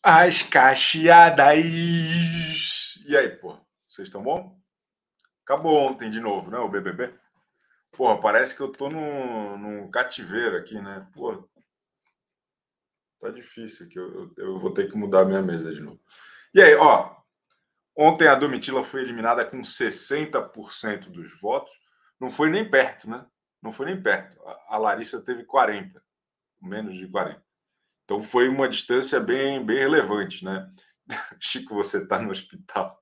As cacheadas. E aí, pô? Vocês estão bom? Acabou ontem de novo, né? O BBB. Porra, parece que eu tô num cativeiro aqui, né? Pô, tá difícil aqui. Eu vou ter que mudar minha mesa de novo. E aí, ó. Ontem a Domitila foi eliminada com 60% dos votos. Não foi nem perto, né? Não foi nem perto. A Larissa teve 40, menos de 40. Então foi uma distância bem relevante, né? Chico, você tá no hospital.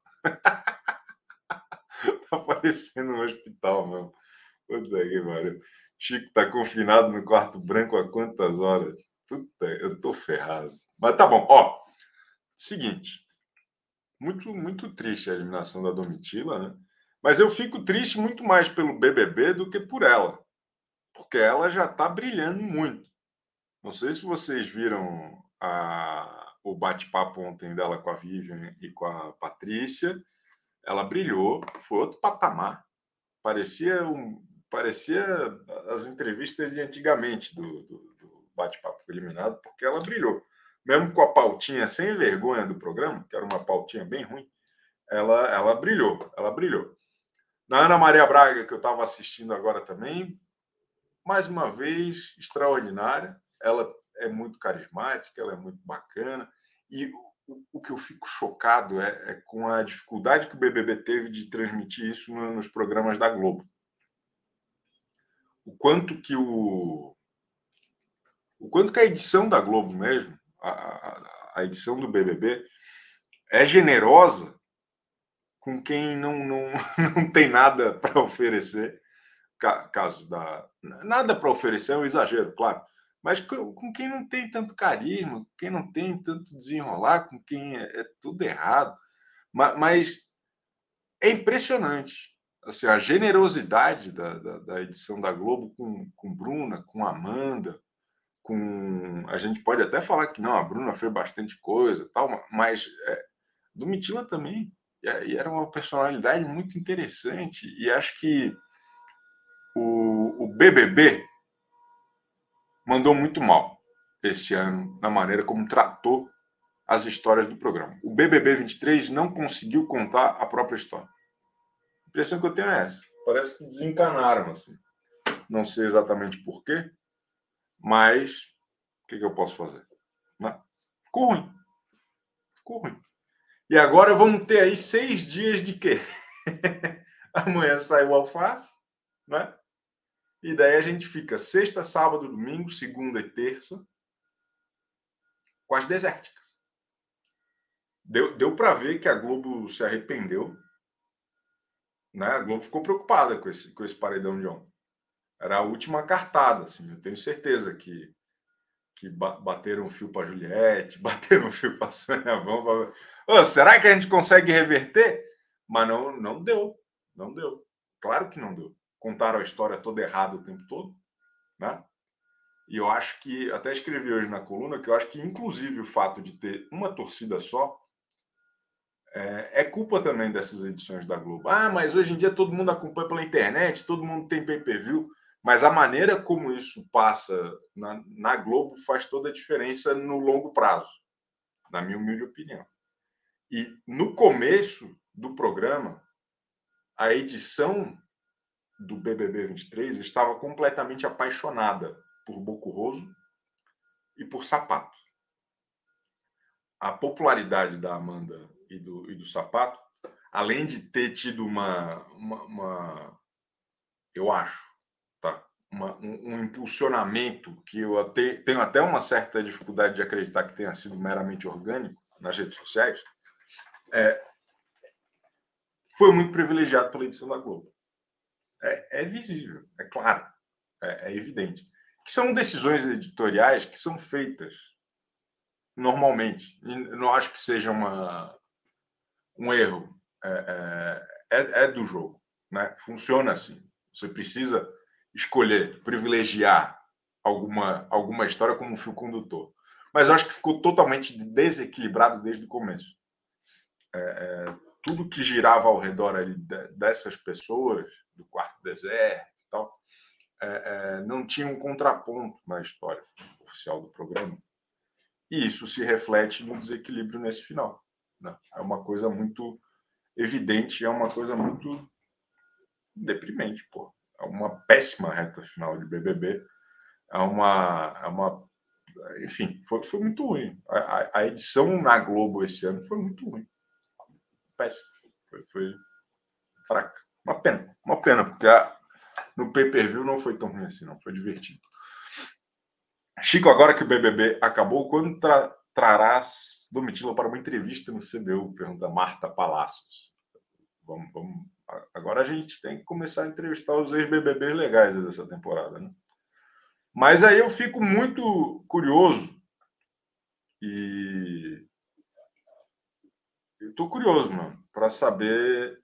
Tá parecendo um hospital mesmo. Puta que pariu. Chico tá confinado no quarto branco há quantas horas? Puta, eu tô ferrado. Mas tá bom, ó. Seguinte, muito triste a eliminação da Domitila, né? Mas eu fico triste muito mais pelo BBB do que por ela, porque ela já tá brilhando muito. Não sei se vocês viram o bate-papo ontem dela com a Vivian e com a Patrícia. Ela brilhou, foi outro patamar. Parecia as entrevistas de antigamente do bate-papo eliminado, porque ela brilhou. Mesmo com a pautinha sem vergonha do programa, que era uma pautinha bem ruim, ela brilhou, ela brilhou. Na Ana Maria Braga, que eu estava assistindo agora também, mais uma vez, extraordinária. Ela é muito carismática, ela é muito bacana. E o que eu fico chocado é com a dificuldade que o BBB teve de transmitir isso nos programas da Globo. O quanto que a edição da Globo mesmo, a edição do BBB, é generosa com quem não tem nada para oferecer, caso da nada para oferecer é um exagero, claro, mas com quem não tem tanto carisma, quem não tem tanto desenrolar, com quem é tudo errado, mas é impressionante assim, a generosidade da edição da Globo com Bruna, com Amanda, a gente pode até falar que não, a Bruna fez bastante coisa, tal, mas Domitila também, e era uma personalidade muito interessante, e acho que o BBB mandou muito mal esse ano na maneira como tratou as histórias do programa. O BBB 23 não conseguiu contar a própria história. A impressão que eu tenho é essa. Parece que desencanaram, assim. Não sei exatamente por quê, mas o que eu posso fazer? Né? Ficou ruim. Ficou ruim. E agora vamos ter aí 6 dias de quê? Amanhã sai o alface, né? E daí a gente fica sexta, sábado, domingo, segunda e terça com as desérticas. Deu para ver que a Globo se arrependeu, né? A Globo ficou preocupada com esse paredão de ontem. Era a última cartada, assim. Eu tenho certeza que bateram o fio para Juliette, bateram o fio para Sônia Abrão. Será que a gente consegue reverter? Mas não deu. Não deu. Claro que não deu. Contaram a história toda errada o tempo todo, né? E eu acho que, até escrevi hoje na coluna, que eu acho que, inclusive, o fato de ter uma torcida só é culpa também dessas edições da Globo. Ah, mas hoje em dia todo mundo acompanha pela internet, todo mundo tem pay-per-view, mas a maneira como isso passa na Globo faz toda a diferença no longo prazo, na minha humilde opinião. E no começo do programa, a edição do BBB 23 estava completamente apaixonada por Bocurroso e por Sapato. A popularidade da Amanda e do Sapato, além de ter tido eu acho, tá? Um impulsionamento que eu tenho até uma certa dificuldade de acreditar que tenha sido meramente orgânico nas redes sociais, foi muito privilegiado pela edição da Globo. É visível, é claro, é evidente. Que são decisões editoriais que são feitas normalmente. E não acho que seja um erro. É do jogo, né? Funciona assim. Você precisa escolher, privilegiar alguma história como um fio condutor. Mas eu acho que ficou totalmente desequilibrado desde o começo. Tudo que girava ao redor ali dessas pessoas, do quarto deserto e tal, não tinha um contraponto na história oficial do programa. e isso se reflete no desequilíbrio nesse final, né? É uma coisa muito evidente, é uma coisa muito deprimente, pô. É uma péssima reta final de BBB, enfim, foi muito ruim. A edição na Globo esse ano foi muito ruim, péssimo, foi fraca. Uma pena, porque no pay-per-view não foi tão ruim assim, não, foi divertido. Chico, agora que o BBB acabou, quando trarás Domitila para uma entrevista no CBU? Pergunta Marta Palacios. Vamos. Agora a gente tem que começar a entrevistar os ex-BBBs legais dessa temporada, né? Mas aí eu fico muito curioso e eu tô curioso, mano, para saber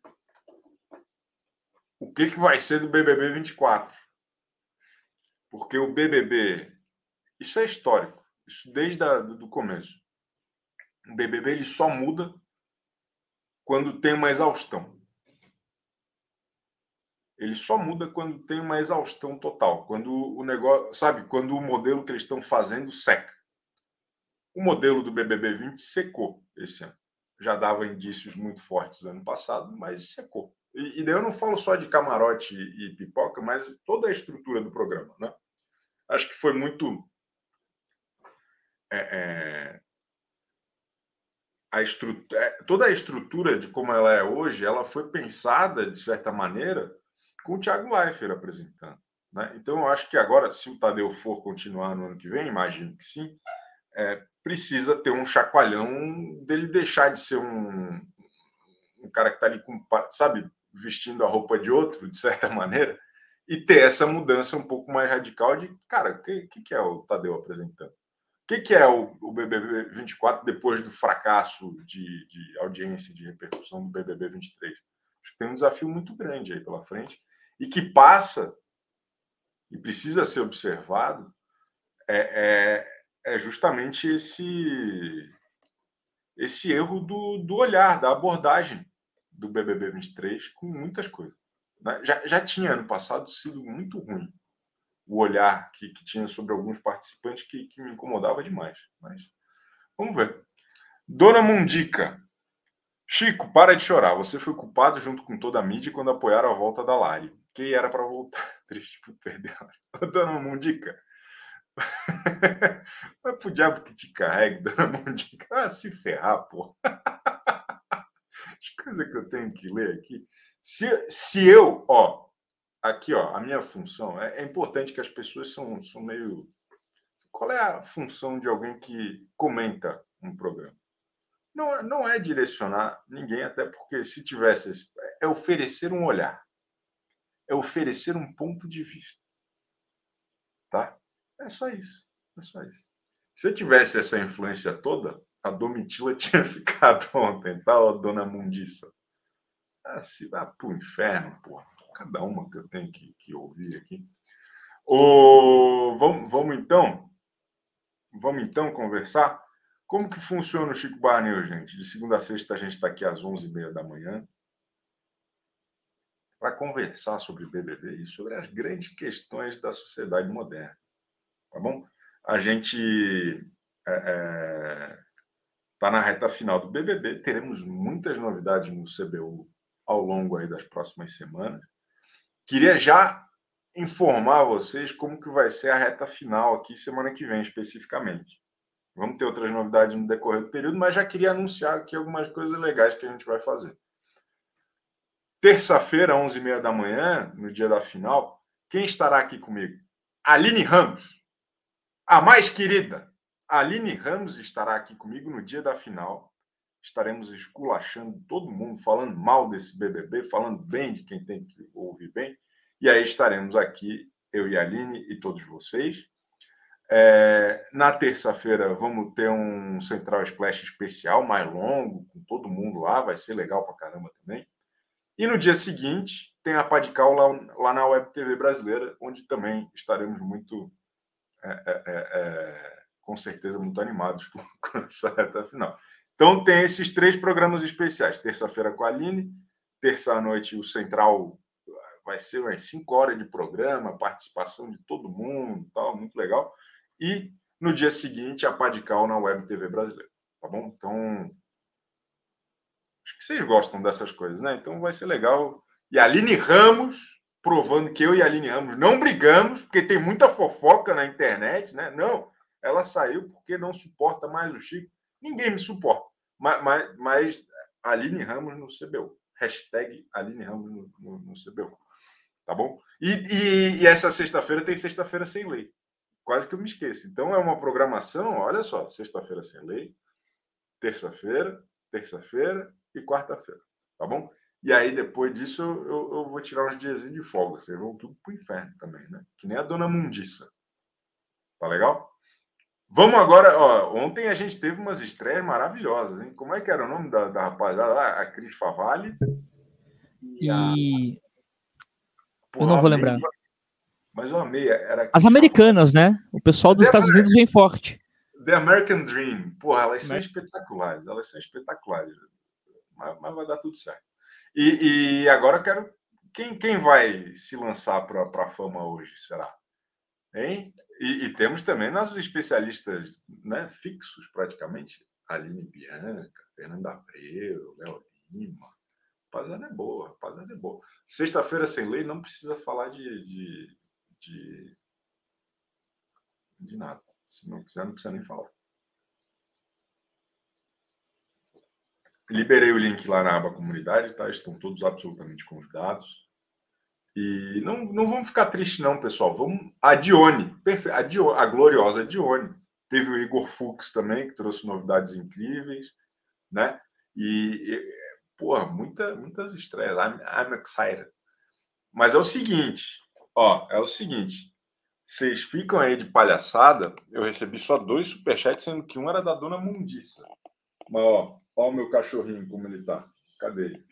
o que vai ser do BBB 24. Porque o BBB, isso é histórico, isso desde do começo. O BBB ele só muda quando tem uma exaustão. Ele só muda quando tem uma exaustão total, quando o negócio, sabe, quando o modelo que eles estão fazendo seca. O modelo do BBB 20 secou esse ano. Já dava indícios muito fortes ano passado, mas secou. E daí eu não falo só de camarote e pipoca, mas toda a estrutura do programa, né? Acho que foi muito toda a estrutura de como ela é hoje, ela foi pensada de certa maneira com o Thiago Leifert apresentando, né? Então eu acho que agora, se o Tadeu for continuar no ano que vem, imagino que sim, precisa ter um chacoalhão dele deixar de ser um cara que está ali com, sabe, vestindo a roupa de outro, de certa maneira, e ter essa mudança um pouco mais radical de, cara, o que é o Tadeu apresentando? O que é o BBB 24 depois do fracasso de audiência, de repercussão do BBB 23? Acho que tem um desafio muito grande aí pela frente e que passa e precisa ser observado é justamente esse erro do olhar, da abordagem do BBB 23 com muitas coisas, né? Já tinha ano passado sido muito ruim o olhar que tinha sobre alguns participantes que me incomodava demais. Mas vamos ver. Dona Mundica. Chico, para de chorar. Você foi culpado junto com toda a mídia quando apoiaram a volta da Lari. Quem era para voltar? Triste por perder. Dona Mundica. Vai pro diabo que te carregue, Dona Mundica. Ah, se ferrar, pô. As coisas que eu tenho que ler aqui. Se eu, ó, aqui, ó, a minha função, é importante que as pessoas são meio... Qual é a função de alguém que comenta um programa? Não é direcionar ninguém, até porque se tivesse... É oferecer um olhar. É oferecer um ponto de vista. Tá? É só isso. É só isso. Se eu tivesse essa influência toda, a Domitila tinha ficado ontem, tá, ó, Dona Mundiça? Ah, se vá pro inferno, porra. Cada uma que eu tenho que ouvir aqui. Vamos então conversar? Como que funciona o Chico Bar News, gente? De segunda a sexta a gente está aqui às 11h30 da manhã para conversar sobre BBB e sobre as grandes questões da sociedade moderna, tá bom? A gente está na reta final do BBB, teremos muitas novidades no CBU ao longo aí das próximas semanas. Queria já informar vocês como que vai ser a reta final aqui semana que vem, especificamente. Vamos ter outras novidades no decorrer do período, mas já queria anunciar aqui algumas coisas legais que a gente vai fazer. Terça-feira, 11h30 da manhã, no dia da final, quem estará aqui comigo? Aline Ramos, a mais querida. Aline Ramos estará aqui comigo no dia da final. Estaremos esculachando todo mundo, falando mal desse BBB, falando bem de quem tem que ouvir bem. E aí estaremos aqui, eu e a Aline e todos vocês. Na terça-feira vamos ter um Central Splash especial, mais longo, com todo mundo lá, vai ser legal pra caramba também. E no dia seguinte tem a Padical lá na Web TV Brasileira, onde também estaremos muito, com certeza, muito animados com essa reta final. Então tem esses 3 programas especiais. Terça-feira com a Aline, terça-noite o Central vai ser umas 5 horas de programa, participação de todo mundo, tal, muito legal. E no dia seguinte, a pá de cal na Web TV brasileira. Tá bom? Então, acho que vocês gostam dessas coisas, né? Então vai ser legal. E a Aline Ramos, provando que eu e a Aline Ramos não brigamos, porque tem muita fofoca na internet, né? Não, ela saiu porque não suporta mais o Chico. Ninguém me suporta. Mas Aline Ramos no CBU. Hashtag Aline Ramos no CBU. Tá bom? E essa sexta-feira tem Sexta-feira Sem Lei. Quase que eu me esqueço. Então é uma programação, olha só, Sexta-feira Sem Lei, terça-feira e quarta-feira, tá bom? E aí, depois disso, eu vou tirar uns dias de folga. Vocês vão tudo pro inferno também, né? Que nem a dona Mundiça. Tá legal? Vamos agora, ó. Ontem a gente teve umas estreias maravilhosas, hein? Como é que era o nome da rapaziada lá? A Cris Favalli. E Pô, eu não vou lembrar. Mas eu amei. Era as americanas, né? O pessoal dos Estados Unidos vem forte. The American Dream. Porra, elas são espetaculares. Elas são espetaculares. Mas vai dar tudo certo. E agora eu quero. Quem vai se lançar para a fama hoje, será? Hein? E temos também nossos especialistas, né, fixos, praticamente. Aline Bianca, Fernanda Abreu, Léo Lima. Rapaziada é boa, rapaziada é boa. Sexta-feira Sem Lei não precisa falar de nada. Se não quiser, não precisa nem falar. Liberei o link lá na aba comunidade, tá? Estão todos absolutamente convidados. E não vamos ficar tristes, não, pessoal. Vamos. A Dione, a gloriosa Dione. Teve o Igor Fux também, que trouxe novidades incríveis, né? Porra, muitas estreias. I'm excited. Mas é o seguinte, vocês ficam aí de palhaçada. Eu recebi só 2 superchats, sendo que um era da dona Mundiça. Mas, ó o meu cachorrinho, como ele tá. Cadê ele?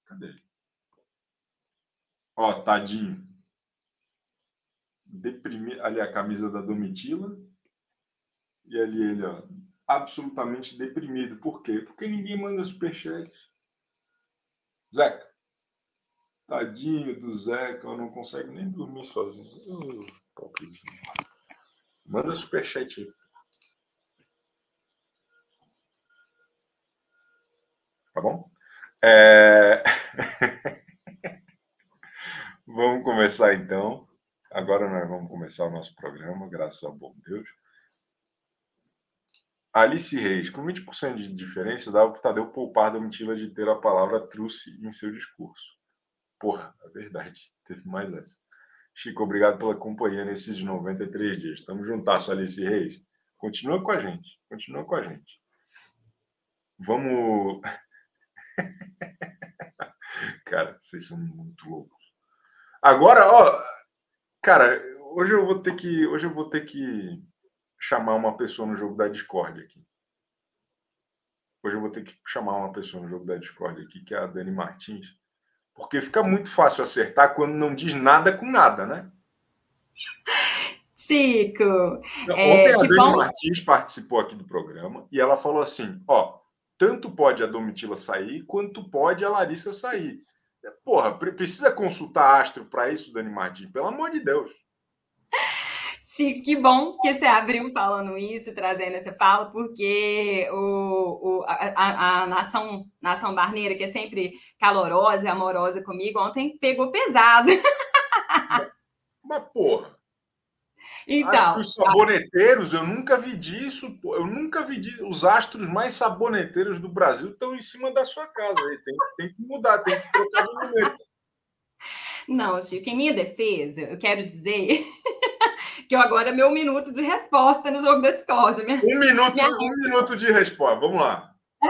Ó, tadinho. Deprimido. Ali a camisa da Domitila. E ali ele, ó, absolutamente deprimido. Por quê? Porque ninguém manda superchat. Zeca. Tadinho do Zeca, não consegue nem dormir sozinho. Manda superchat aí. Tá bom? Vamos começar então. Agora nós vamos começar o nosso programa, graças ao bom Deus. Alice Reis, com 20% de diferença, dava para o Tadeu poupar da Domitila de ter a palavra truce em seu discurso. Porra, é verdade. Teve mais essa. Chico, obrigado pela companhia nesses 93 dias. Estamos juntasso, Alice Reis. Continua com a gente. Vamos... Cara, vocês são muito loucos. Agora, ó... Cara, hoje eu vou ter que chamar uma pessoa no jogo da Discord aqui. Que é a Dani Martins. Porque fica muito fácil acertar quando não diz nada com nada, né? Chico! Ontem a Dani Martins participou aqui do programa e ela falou assim, ó, tanto pode a Domitila sair, quanto pode a Larissa sair. Porra, precisa consultar astro para isso, Dani Martins? Pelo amor de Deus. Chico, que bom que você abriu falando isso, trazendo essa fala, porque a nação Barneira, que é sempre calorosa e amorosa comigo, ontem pegou pesado. Mas porra. Então, astros saboneteiros, eu nunca vi disso. Eu nunca vi disso. Os astros mais saboneteiros do Brasil estão em cima da sua casa. Tem que mudar, tem que trocar de luneta. Não, Chico, em minha defesa, eu quero dizer que agora é meu minuto de resposta no jogo da Discord. Um minuto de resposta. Vamos lá.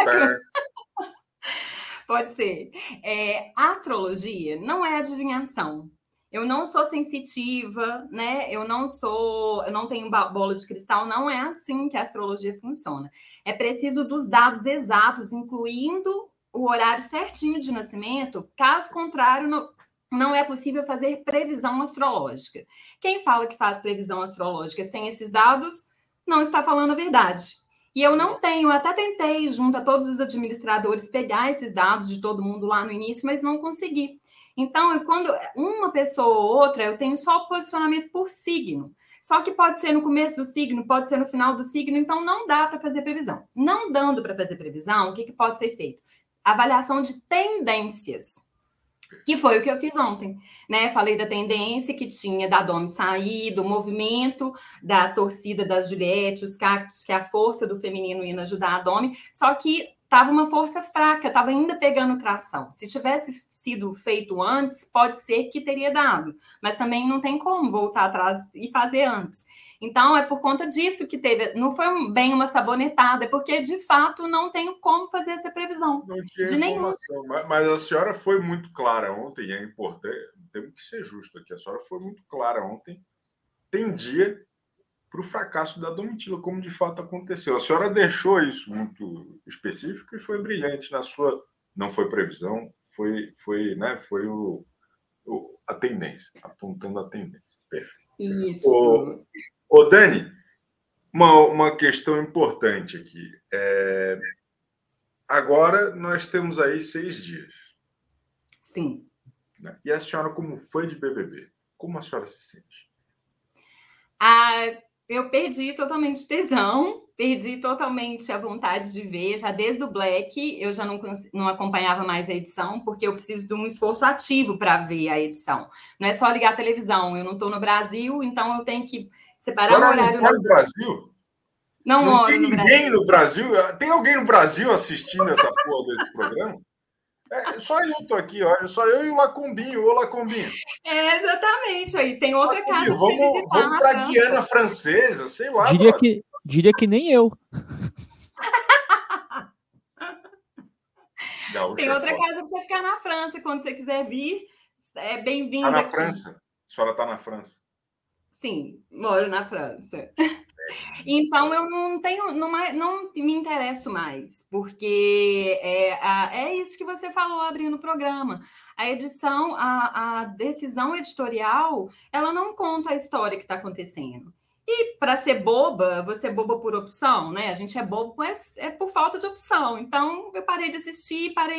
Pode ser. A astrologia não é adivinhação. Eu não sou sensitiva, né? Eu não tenho bola de cristal, não é assim que a astrologia funciona. É preciso dos dados exatos, incluindo o horário certinho de nascimento, caso contrário, não é possível fazer previsão astrológica. Quem fala que faz previsão astrológica sem esses dados, não está falando a verdade. E eu não tenho, até tentei, junto a todos os administradores, pegar esses dados de todo mundo lá no início, mas não consegui. Então, quando uma pessoa ou outra, eu tenho só o posicionamento por signo. Só que pode ser no começo do signo, pode ser no final do signo, então não dá para fazer previsão. Não dando para fazer previsão, o que pode ser feito? Avaliação de tendências, que foi o que eu fiz ontem, né? Falei da tendência que tinha da Domi sair, do movimento da torcida das Juliette, os cactos, que é a força do feminino indo ajudar a Domi, só que estava uma força fraca, estava ainda pegando tração. Se tivesse sido feito antes, pode ser que teria dado, mas também não tem como voltar atrás e fazer antes. Então, é por conta disso que teve. Não foi bem uma sabonetada, é porque, de fato, não tenho como fazer essa previsão. Não tinha de informação, mas a senhora foi muito clara ontem, é importante, temos que ser justo aqui, a senhora foi muito clara ontem, tem dia para o fracasso da Domitila, como de fato aconteceu. A senhora deixou isso muito específico e foi brilhante na sua... Não foi previsão, foi a tendência, apontando a tendência. Perfeito. Isso. Ô Dani, uma questão importante aqui. Agora nós temos aí 6 dias. Sim. Né? E a senhora, como fã de BBB, como a senhora se sente? Eu perdi totalmente o tesão, perdi totalmente a vontade de ver. Já desde o Black, eu já não acompanhava mais a edição, porque eu preciso de um esforço ativo para ver a edição. Não é só ligar a televisão. Eu não estou no Brasil, então eu tenho que separar o horário. Não está no Brasil? Não tem ninguém no Brasil? Tem alguém no Brasil assistindo essa porra desse programa? Só eu estou aqui, olha, só eu e o Lacombinho. Ô, Lacombinho. Exatamente. Aí tem outra casa para você visitar. Vamos para a Guiana Francesa, sei lá. Diria que nem eu. Tem outra casa para você ficar na França. Quando você quiser vir, é bem-vindo. Está na França? A senhora está na França? Sim, moro na França. Então, eu não me interesso mais, porque é isso que você falou abrindo o programa. A edição, a decisão editorial, ela não conta a história que está acontecendo. E para ser boba, você é boba por opção, né? A gente é bobo, mas é por falta de opção. Então, eu parei de assistir, parei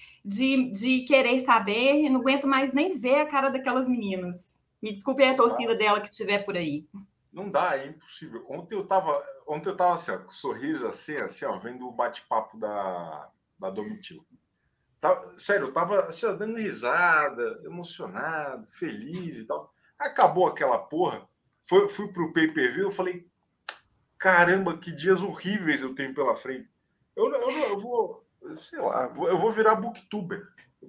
de querer saber, e não aguento mais nem ver a cara daquelas meninas. Me desculpe a torcida dela que estiver por aí. Não dá, é impossível. Ontem eu tava assim, ó, com sorriso assim, ó, vendo o bate-papo da Domitila. Sério, eu tava assim, ó, dando risada, emocionado, feliz e tal. Acabou aquela porra. Fui pro pay-per-view, eu falei, caramba, que dias horríveis eu tenho pela frente. Eu vou, sei lá, eu vou virar booktuber.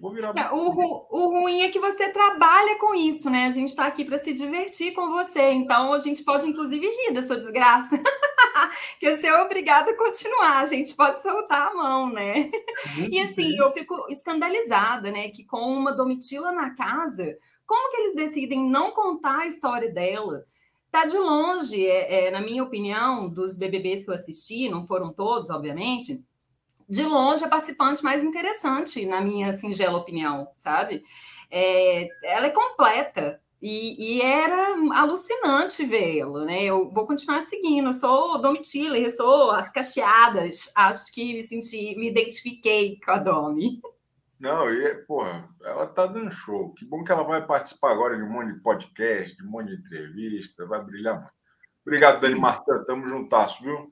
O ruim é que você trabalha com isso, né? A gente está aqui para se divertir com você, então a gente pode, inclusive, rir da sua desgraça. Que você é obrigada a continuar, a gente pode soltar a mão, né? E assim, eu fico escandalizada, né? Que com uma Domitila na casa, como que eles decidem não contar a história dela? Tá de longe, na minha opinião, dos BBBs que eu assisti, não foram todos, obviamente, de longe, a participante mais interessante, na minha singela opinião, sabe? Ela é completa e era alucinante vê-la, né? Eu vou continuar seguindo, eu sou Domitila, eu sou as cacheadas, acho que me identifiquei com a Domi. Não, porra, ela tá dando show. Que bom que ela vai participar agora de um monte de podcast, de um monte de entrevista, vai brilhar muito. Obrigado, Dani Martã, tamo juntasso, viu?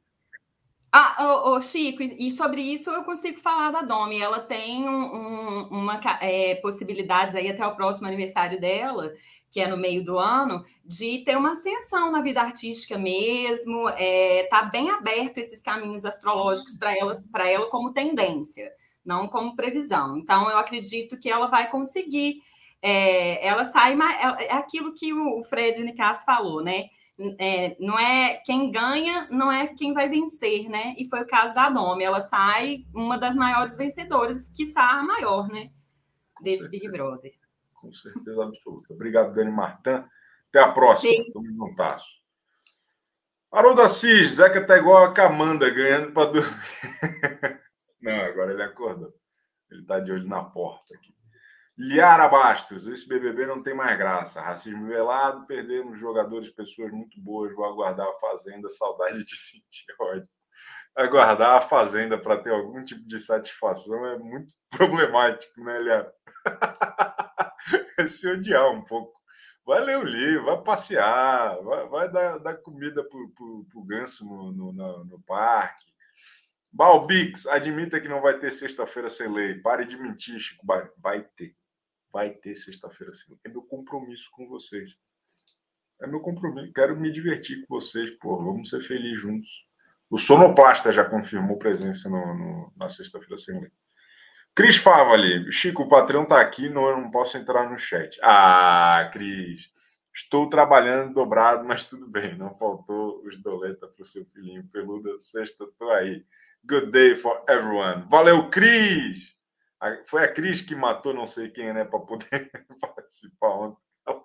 Chico, e sobre isso eu consigo falar da Domi. Ela tem uma possibilidades aí até o próximo aniversário dela, que é no meio do ano, de ter uma ascensão na vida artística mesmo. Tá bem aberto esses caminhos astrológicos para ela como tendência, não como previsão. Então, eu acredito que ela vai conseguir. Ela sai, é aquilo que o Fred Nicasso falou, né? Não é quem ganha, não é quem vai vencer, né? E foi o caso da Domi. Ela sai uma das maiores vencedoras, quiçá a maior, né? Desse Big Brother. Com certeza absoluta. Obrigado, Dani Martã. Até a próxima. Tamo juntasso. Haroldo Assis, Zeca tá igual a Camanda, ganhando para dormir. Não, agora ele acordou. Ele tá de olho na porta aqui. Liara Bastos, esse BBB não tem mais graça. Racismo velado, perdemos jogadores, pessoas muito boas. Vou aguardar a Fazenda, saudade de sentir ódio. Aguardar a Fazenda para ter algum tipo de satisfação é muito problemático, né, Liara? É se odiar um pouco. Vai ler o livro, vai passear, vai dar comida pro ganso no parque. Balbix, admita que não vai ter sexta-feira sem lei. Pare de mentir, Chico. Vai ter. Vai ter sexta-feira sem lei. É meu compromisso com vocês. É meu compromisso. Quero me divertir com vocês, pô. Vamos ser felizes juntos. O Sonoplasta já confirmou presença na sexta-feira sem lei. Cris Favali, Chico, o patrão está aqui, não, eu não posso entrar no chat. Ah, Cris, estou trabalhando dobrado, mas tudo bem, não faltou os doleta para o seu filhinho peludo. Sexta, estou aí. Good day for everyone. Valeu, Cris! Foi a Cris que matou não sei quem, né, para poder participar ontem.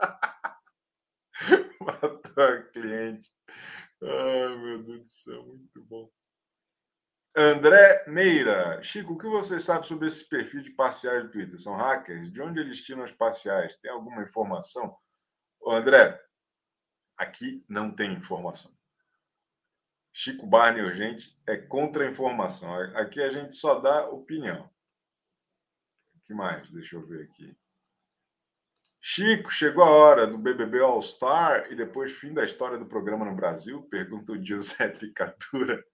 Matou a cliente. Ai, meu Deus do céu, muito bom. André Meira. Chico, o que você sabe sobre esses perfis de parciais do Twitter? São hackers? De onde eles tiram as parciais? Tem alguma informação? Ô, André, aqui não tem informação. Chico Barney Urgente é contra a informação. Aqui a gente só dá opinião. O que mais? Deixa eu ver aqui. Chico, chegou a hora do BBB All-Star e depois fim da história do programa no Brasil? Pergunta o Giuseppe Catura.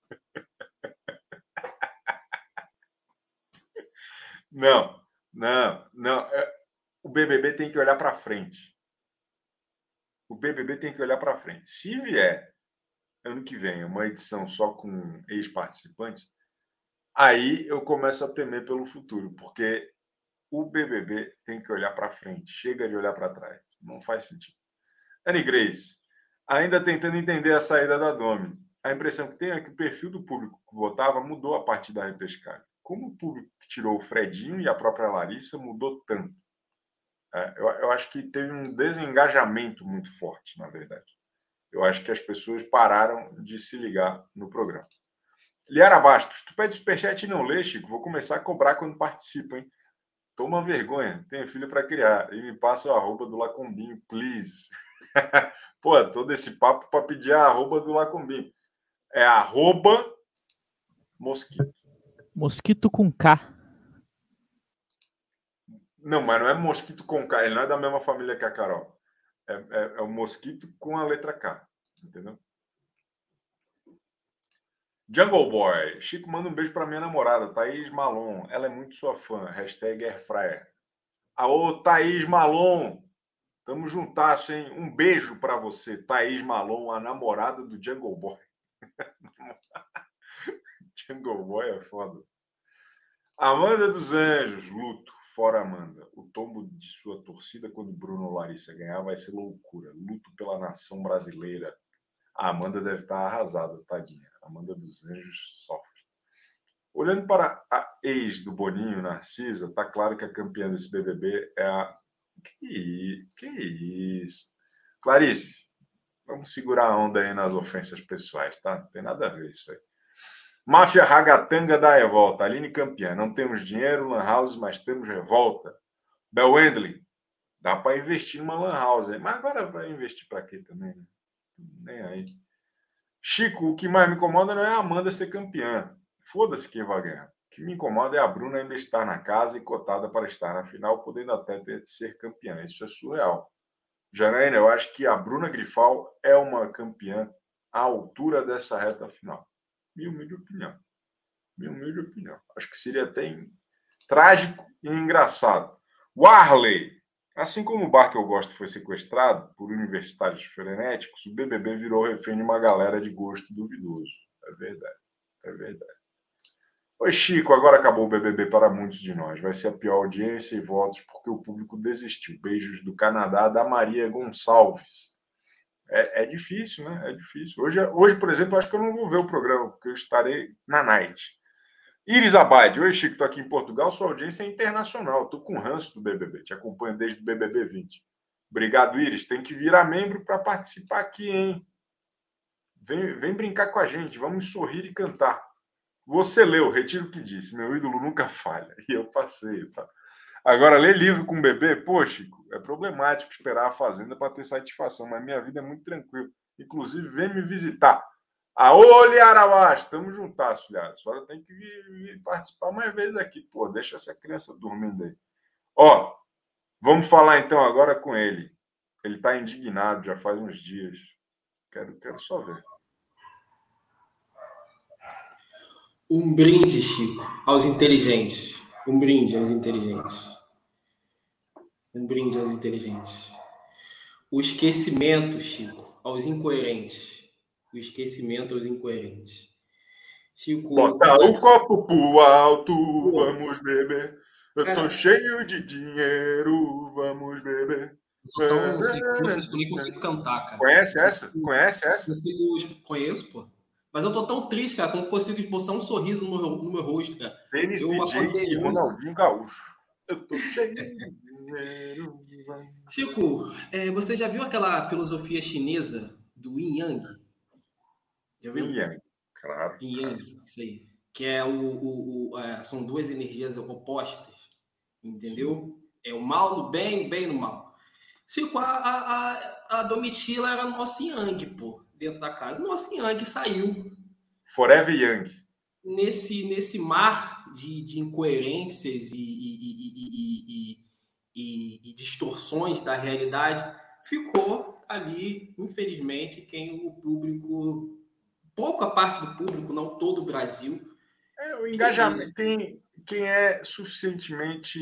Não. O BBB tem que olhar para frente. O BBB tem que olhar para frente. Se vier ano que vem uma edição só com ex-participantes, aí eu começo a temer pelo futuro, porque o BBB tem que olhar para frente. Chega de olhar para trás. Não faz sentido. Annie Grace, ainda tentando entender a saída da Domi. A impressão que tenho é que o perfil do público que votava mudou a partir da repescagem. Como o público que tirou o Fredinho e a própria Larissa mudou tanto? Eu acho que teve um desengajamento muito forte, na verdade. Eu acho que as pessoas pararam de se ligar no programa. Liara Bastos, tu pede superchat e não lê, Chico? Vou começar a cobrar quando participa, hein? Toma vergonha, tenho filho para criar. E me passa o arroba do Lacombinho, please. Pô, todo esse papo para pedir a arroba do Lacombinho. É arroba mosquito. Mosquito com K. Não, mas não é mosquito com K. Ele não é da mesma família que a Carol. É o mosquito com a letra K. Entendeu? Jungle Boy. Chico, manda um beijo para minha namorada, Thaís Malon. Ela é muito sua fã. Hashtag Airfryer. Aô, Thaís Malon. Tamo juntasso, hein? Um beijo para você, Thaís Malon, a namorada do Jungle Boy. Jungle Boy é foda. Amanda dos Anjos, luto. Fora Amanda. O tombo de sua torcida quando Bruno ou Larissa ganhar vai ser loucura. Luto pela nação brasileira. A Amanda deve estar arrasada, tadinha. Amanda dos Anjos sofre. Olhando para a ex do Boninho, Narcisa, tá claro que a campeã desse BBB é a... Que isso? Clarice, vamos segurar a onda aí nas ofensas pessoais, tá? Não tem nada a ver isso aí. Máfia Ragatanga da revolta. Aline campeã. Não temos dinheiro, lan house, mas temos revolta. Bel Wendley. Dá para investir numa lan house. Mas agora vai investir para quê também? Né? Nem aí. Chico, o que mais me incomoda não é a Amanda ser campeã. Foda-se quem vai ganhar. O que me incomoda é a Bruna ainda estar na casa e cotada para estar na final, podendo até ser campeã. Isso é surreal. Janaína, eu acho que a Bruna Grifal é uma campeã à altura dessa reta final. Minha humilde opinião. Acho que seria até trágico e engraçado. Warley. Assim como o bar que eu gosto foi sequestrado por universitários frenéticos, o BBB virou refém de uma galera de gosto duvidoso. É verdade. Oi, Chico, agora acabou o BBB para muitos de nós. Vai ser a pior audiência e votos porque o público desistiu. Beijos do Canadá, da Maria Gonçalves. É difícil, né? É difícil. Hoje, por exemplo, acho que eu não vou ver o programa, porque eu estarei na night. Iris Abade. Oi, Chico, estou aqui em Portugal. Sua audiência é internacional. Estou com ranço do BBB. Te acompanho desde o BBB 20. Obrigado, Iris. Tem que virar membro para participar aqui, hein? Vem brincar com a gente. Vamos sorrir e cantar. Você leu, retiro o que disse. Meu ídolo nunca falha. E eu passei, tá? Agora, ler livro com bebê, pô, Chico, é problemático esperar a Fazenda para ter satisfação, mas minha vida é muito tranquila. Inclusive, vem me visitar. Aô, Liara Baixo, estamos juntas, Liara. A senhora tem que vir participar mais vezes aqui. Pô, deixa essa criança dormindo aí. Ó, Vamos falar então agora com ele. Ele está indignado já faz uns dias. Quero só ver. Um brinde, Chico, aos inteligentes. Um brinde aos inteligentes. Um brinde aos inteligentes. O esquecimento, Chico, aos incoerentes. O esquecimento aos incoerentes. Chico, bota o copo pro alto, vamos beber. Eu tô cheio de dinheiro, vamos beber. Então, vocês nem consigo cantar, cara. Conhece essa? Conhece essa? Conheço, pô. Mas eu tô tão triste, cara, que eu não consigo esboçar um sorriso no meu rosto, cara. Denis DJ e Ronaldinho Gaúcho. Eu tô cheio de dinheiro. Chico, você já viu aquela filosofia chinesa do Yin Yang? Já viu? Yin Yang, claro. Yin Yang, isso aí. Que são duas energias opostas, entendeu? Sim. É o mal no bem, o bem no mal. Chico, a Domitila era nosso Yang, pô, dentro da casa. Nosso Yang saiu. Forever Yang. Nesse mar de incoerências e distorções da realidade, ficou ali, infelizmente, quem o público, pouca parte do público, não todo o Brasil. O engajamento, quem é suficientemente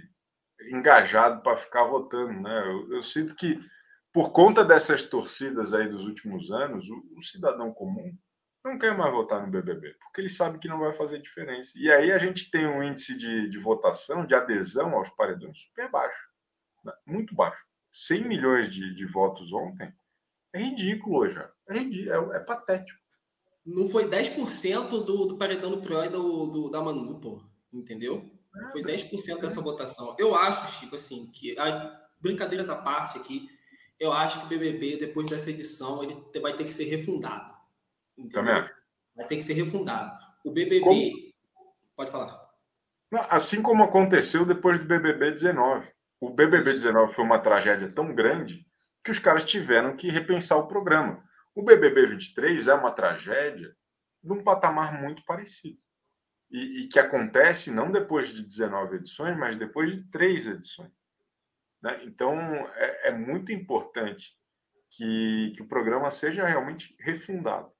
engajado para ficar votando, né? Eu sinto que, por conta dessas torcidas aí dos últimos anos, o cidadão comum não quer mais votar no BBB, porque ele sabe que não vai fazer diferença. E aí a gente tem um índice de votação, de adesão aos paredões super baixo, né? Muito baixo. 100 milhões de votos ontem é ridículo já. É patético. Não foi 10% do paredão do Pro e da Manu, pô. Entendeu? Foi 10% dessa votação. Eu acho, Chico, assim, que brincadeiras à parte aqui, eu acho que o BBB, depois dessa edição, ele vai ter que ser refundado. Entendeu? Vai ter que ser refundado. O BBB... Pode falar. Assim como aconteceu depois do BBB 19. O BBB 19 foi uma tragédia tão grande que os caras tiveram que repensar o programa. O BBB 23 é uma tragédia de um patamar muito parecido. E que acontece não depois de 19 edições, mas depois de 3 edições. Né? Então, é muito importante que o programa seja realmente refundado.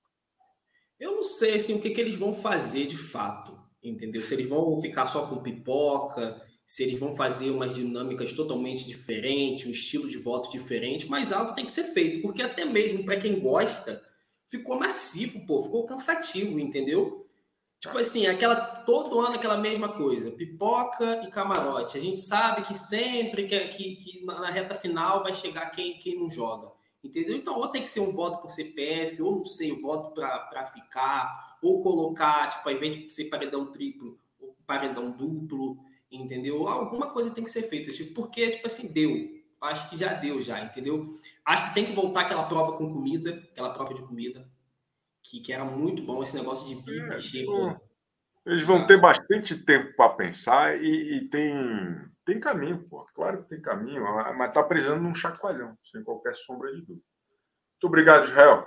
Eu não sei assim, o que eles vão fazer de fato, entendeu? Se eles vão ficar só com pipoca, se eles vão fazer umas dinâmicas totalmente diferentes, um estilo de voto diferente, mas algo tem que ser feito, porque até mesmo para quem gosta, ficou massivo, pô, ficou cansativo, entendeu? Tipo assim, todo ano aquela mesma coisa, pipoca e camarote. A gente sabe que sempre que na reta final vai chegar quem não joga. Entendeu? Então, ou tem que ser um voto por CPF, ou não sei, um voto para ficar, ou colocar, tipo, ao invés de ser paredão triplo, ou paredão duplo, entendeu? Alguma coisa tem que ser feita, tipo, porque, tipo assim, deu. Acho que já deu, entendeu? Acho que tem que voltar aquela prova com comida, aquela prova de comida, que era muito bom, esse negócio de VIP, Chico. Eles vão ter bastante tempo para pensar e tem caminho, pô. Claro que tem caminho, mas tá precisando de um chacoalhão, sem qualquer sombra de dúvida. Muito obrigado, Israel.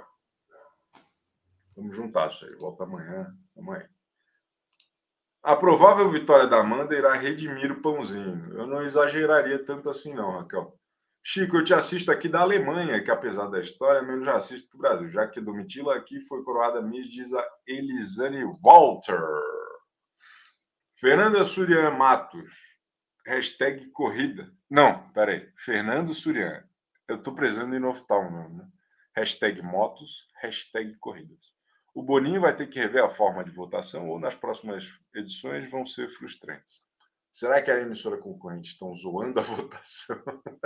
Vamos juntar isso aí. Volta amanhã. A provável vitória da Amanda irá redimir o pãozinho. Eu não exageraria tanto assim, não, Raquel. Chico, eu te assisto aqui da Alemanha, que apesar da história, menos já assisto que o Brasil, já que Domitila aqui foi coroada Miss, diz a Elisane Walter. Fernanda Surian Matos, hashtag corrida. Não, peraí. Fernando Surian. Eu tô precisando ir no oftalmo, né? Hashtag motos, hashtag corridas. O Boninho vai ter que rever a forma de votação ou nas próximas edições vão ser frustrantes. Será que a emissora concorrente estão zoando a votação?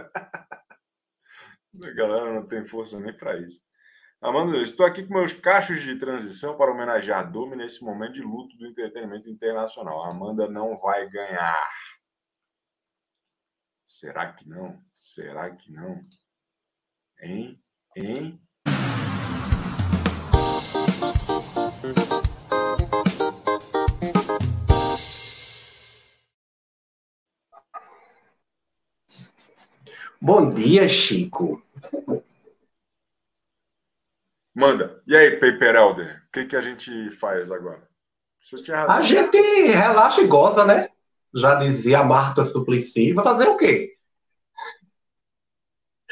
A galera não tem força nem para isso. Amanda, estou aqui com meus cachos de transição para homenagear Domi nesse momento de luto do entretenimento internacional. A Amanda não vai ganhar. Será que não? Será que não? Hein? Bom dia, Chico. Manda. E aí, Paper Elder? O que a gente faz agora? Se eu tinha razão. A gente relaxa e goza, né? Já dizia a Marta Suplicy. Vai fazer o quê?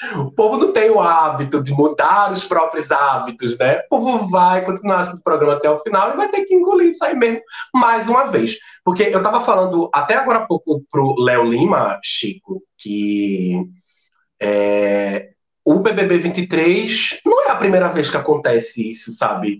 O povo não tem o hábito de mudar os próprios hábitos, né? O povo vai continuar assistindo o programa até o final e vai ter que engolir isso aí mesmo, mais uma vez. Porque eu estava falando até agora há pouco pro Léo Lima, Chico, que o BBB 23 não é a primeira vez que acontece isso, sabe?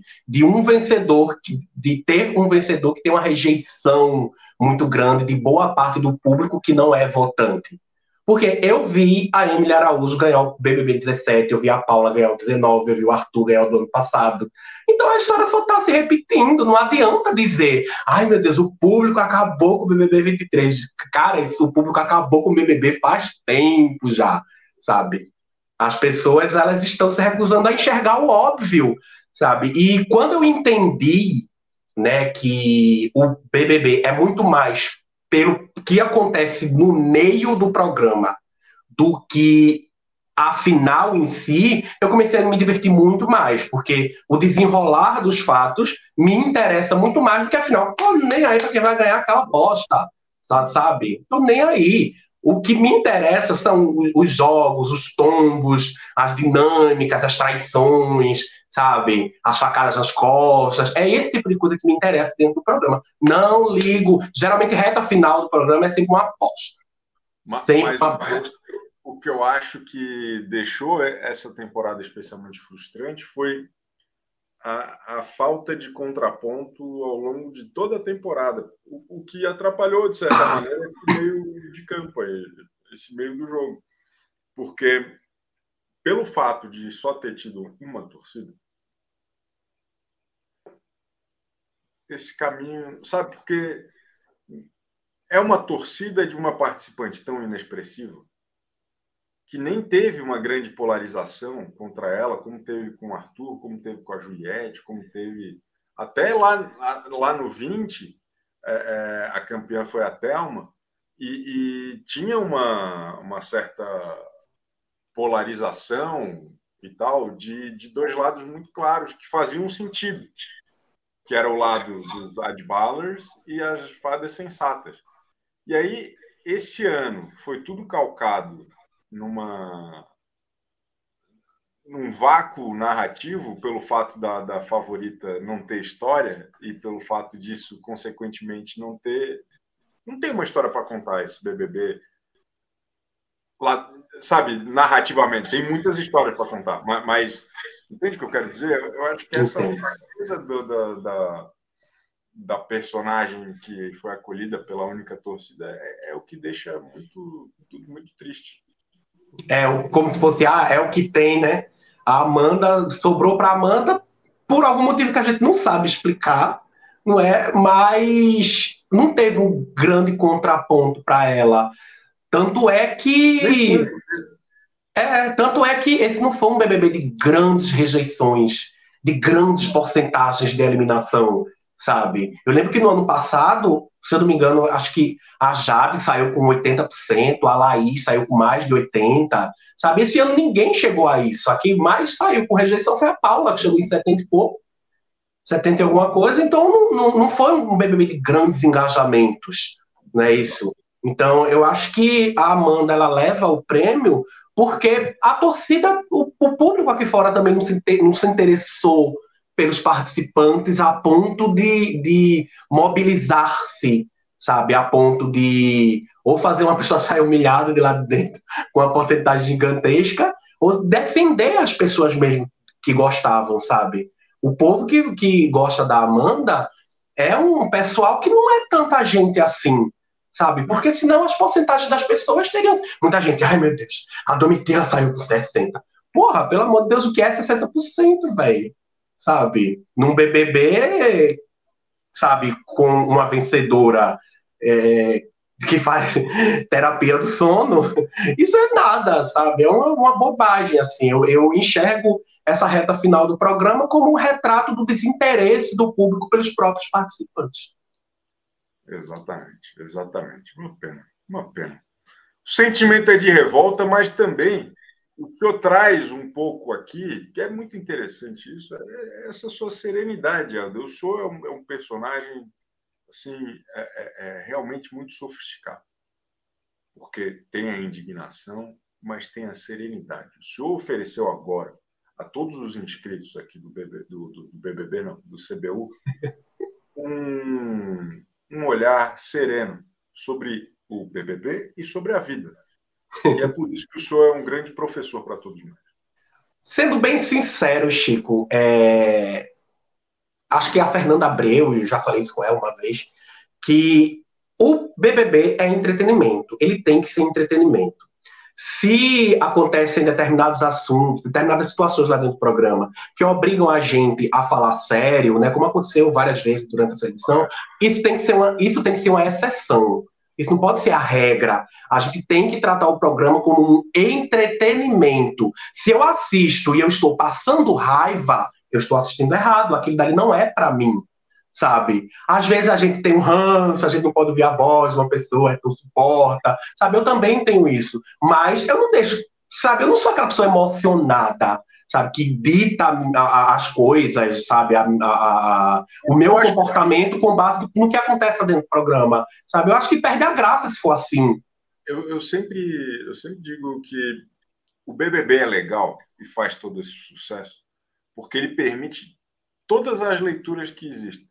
De ter um vencedor que tem uma rejeição muito grande de boa parte do público que não é votante. Porque eu vi a Emily Araújo ganhar o BBB 17, eu vi a Paula ganhar o 19, eu vi o Arthur ganhar o do ano passado. Então a história só está se repetindo, não adianta dizer, ai meu Deus, o público acabou com o BBB 23. Cara, o público acabou com o BBB faz tempo já, sabe? As pessoas, elas estão se recusando a enxergar o óbvio, sabe? E quando eu entendi, né, que o BBB é muito mais pelo que acontece no meio do programa do que a final em si, eu comecei a me divertir muito mais, porque o desenrolar dos fatos me interessa muito mais do que a final. Tô nem aí pra quem vai ganhar aquela bosta, sabe? Tô nem aí. O que me interessa são os jogos, os tombos, as dinâmicas, as traições, sabe? As facadas nas costas. É esse tipo de coisa que me interessa dentro do programa. Não ligo. Geralmente, reta final do programa é sempre uma aposta. Mas o que eu acho que deixou essa temporada especialmente frustrante foi a falta de contraponto ao longo de toda a temporada, o que atrapalhou, de certa maneira, esse meio de campo, esse meio do jogo. Porque, pelo fato de só ter tido uma torcida, esse caminho, sabe, porque é uma torcida de uma participante tão inexpressiva que nem teve uma grande polarização contra ela, como teve com o Arthur, como teve com a Juliette, como teve... Até lá no 20, a campeã foi a Thelma, e tinha uma certa polarização e tal, de dois lados muito claros, que faziam sentido, que era o lado dos Adballers e as fadas sensatas. E aí, esse ano, foi tudo calcado num vácuo narrativo, pelo fato da favorita não ter história e pelo fato disso, consequentemente, não tem uma história para contar esse BBB. Lá, sabe, narrativamente, tem muitas histórias para contar, mas entende o que eu quero dizer? Eu acho que essa coisa da personagem que foi acolhida pela única torcida é o que deixa tudo muito triste. Como se fosse, é o que tem, né? A Amanda, sobrou para Amanda por algum motivo que a gente não sabe explicar, não é? Mas não teve um grande contraponto para ela. Tanto é que esse não foi um BBB de grandes rejeições, de grandes porcentagens de eliminação, sabe? Eu lembro que no ano passado, se eu não me engano, acho que a Jade saiu com 80%, a Laís saiu com mais de 80%, sabe? Esse ano ninguém chegou a isso. A que mais saiu com rejeição foi a Paula, que chegou em 70 e pouco, 70 e alguma coisa. Então não foi um BBB de grandes engajamentos, não é isso? Então eu acho que a Amanda, ela leva o prêmio porque a torcida, o público aqui fora também não se interessou pelos participantes a ponto de mobilizar-se, sabe? A ponto de ou fazer uma pessoa sair humilhada de lá de dentro com uma porcentagem gigantesca, ou defender as pessoas mesmo que gostavam, sabe? O povo que gosta da Amanda é um pessoal que não é tanta gente assim, sabe? Porque senão as porcentagens das pessoas teriam... Muita gente, ai meu Deus, a Domitila saiu com 60%. Porra, pelo amor de Deus, o que é 60%, velho? Sabe? Num BBB, sabe, com uma vencedora que faz terapia do sono, isso é nada, sabe? É uma bobagem, assim. Eu enxergo essa reta final do programa como um retrato do desinteresse do público pelos próprios participantes. Exatamente. Uma pena. O sentimento é de revolta, mas também o senhor traz um pouco aqui, que é muito interessante isso, é essa sua serenidade, Aldo. O senhor é um personagem assim, realmente muito sofisticado, porque tem a indignação, mas tenha serenidade. O senhor ofereceu agora a todos os inscritos aqui do BBB, não, do CBU, um olhar sereno sobre o BBB e sobre a vida. E é por isso que o senhor é um grande professor para todos nós. Sendo bem sincero, Chico, acho que a Fernanda Abreu, eu já falei isso com ela uma vez, que o BBB é entretenimento, ele tem que ser entretenimento. Se acontecem determinados assuntos, determinadas situações lá dentro do programa que obrigam a gente a falar sério, né, como aconteceu várias vezes durante essa edição, isso tem que ser uma exceção. Isso não pode ser a regra. A gente tem que tratar o programa como um entretenimento. Se eu assisto e eu estou passando raiva, eu estou assistindo errado. Aquilo dali não é para mim, sabe? Às vezes a gente tem um ranço, a gente não pode ouvir a voz de uma pessoa, a gente não suporta, sabe? Eu também tenho isso. Mas eu não deixo, sabe? Eu não sou aquela pessoa emocionada, sabe? Que dita as coisas, sabe? O meu comportamento com base no que acontece dentro do programa, sabe? Eu acho que perde a graça se for assim. Eu sempre digo que o BBB é legal e faz todo esse sucesso porque ele permite todas as leituras que existem.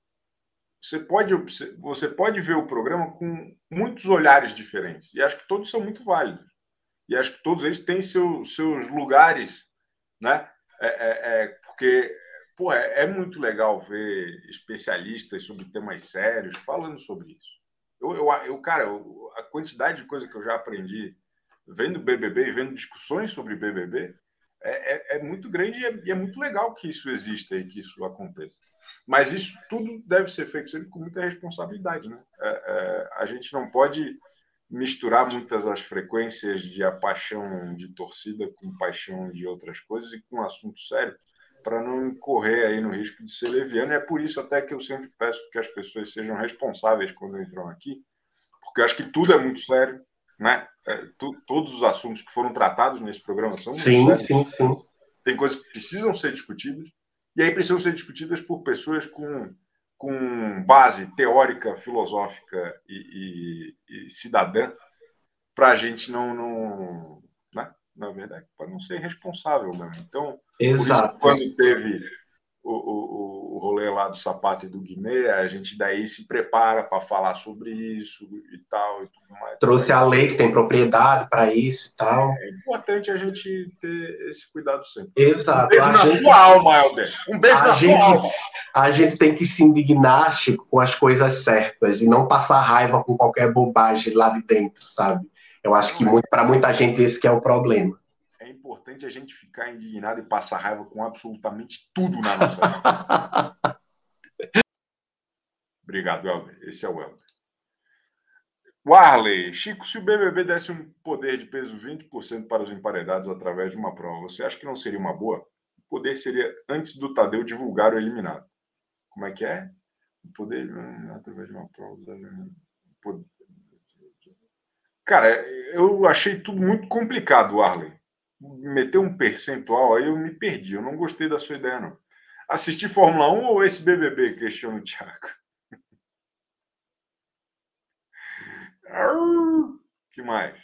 Você pode ver o programa com muitos olhares diferentes. E acho que todos são muito válidos. E acho que todos eles têm seus lugares, né? Porque é muito legal ver especialistas sobre temas sérios falando sobre isso. Cara, a quantidade de coisa que eu já aprendi vendo BBB e vendo discussões sobre BBB é muito grande e é muito legal que isso exista e que isso aconteça. Mas isso tudo deve ser feito sempre com muita responsabilidade, né? A gente não pode misturar muitas as frequências de a paixão de torcida com paixão de outras coisas e com um assunto sério para não incorrer aí no risco de ser leviano. E é por isso até que eu sempre peço que as pessoas sejam responsáveis quando entram aqui, porque eu acho que tudo é muito sério, né? Todos os assuntos que foram tratados nesse programa são muito sérios. Sim. Tem coisas que precisam ser discutidas, e aí precisam ser discutidas por pessoas com base teórica, filosófica e cidadã, para a gente não né? Na verdade, para não ser responsável mesmo. Então, Exato. Por isso, quando teve o rolê lá do Sapato e do Guimê, a gente daí se prepara para falar sobre isso e tal e tudo mais. Trouxe a lei que tem propriedade para isso e tal. É importante a gente ter esse cuidado sempre. Exato. Um beijo na sua alma, Helder. Um beijo na sua alma. A gente tem que se indignar, Chico, com as coisas certas e não passar raiva com qualquer bobagem lá de dentro, sabe? Eu acho que para muita gente esse que é o problema. É importante a gente ficar indignado e passar raiva com absolutamente tudo na nossa vida. Obrigado, Helder. Esse é o Helder. Warley, Chico, se o BBB desse um poder de peso 20% para os emparedados através de uma prova, você acha que não seria uma boa? O poder seria antes do Tadeu divulgar o eliminado. Como é que é? O poder através de uma prova. Cara, eu achei tudo muito complicado, Warley. Meter um percentual aí eu me perdi. Eu não gostei da sua ideia, não. Assistir Fórmula 1 ou esse BBB? Questiona o Thiago. Que mais?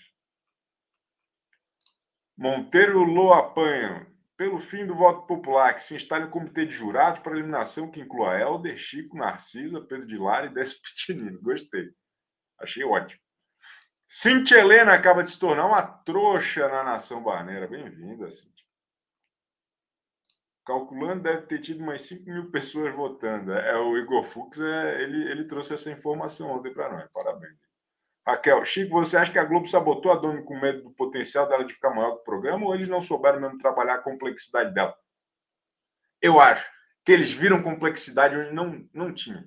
Monteiro Loapanho. Pelo fim do voto popular, que se instale um comitê de jurados para eliminação que inclua Helder, Chico, Narcisa, Pedro de Lara e Décio Pitinino. Gostei. Achei ótimo. Cintia Helena acaba de se tornar uma trouxa na Nação Barneira. Bem-vinda, Cintia. Calculando, deve ter tido umas 5.000 pessoas votando. O Igor Fux, ele trouxe essa informação ontem para nós. Parabéns. Raquel, Chico, você acha que a Globo sabotou a Domi com medo do potencial dela de ficar maior que o programa ou eles não souberam mesmo trabalhar a complexidade dela? Eu acho que eles viram complexidade onde não tinha.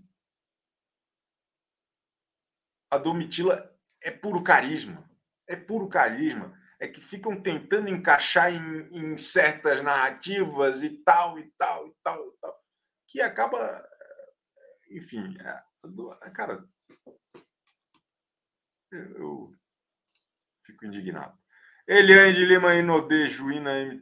A Domitila é puro carisma. É puro carisma. É que ficam tentando encaixar em certas narrativas e tal. Que acaba... Enfim, cara... Eu fico indignado. Eliane de Lima Inodê, Juína MT.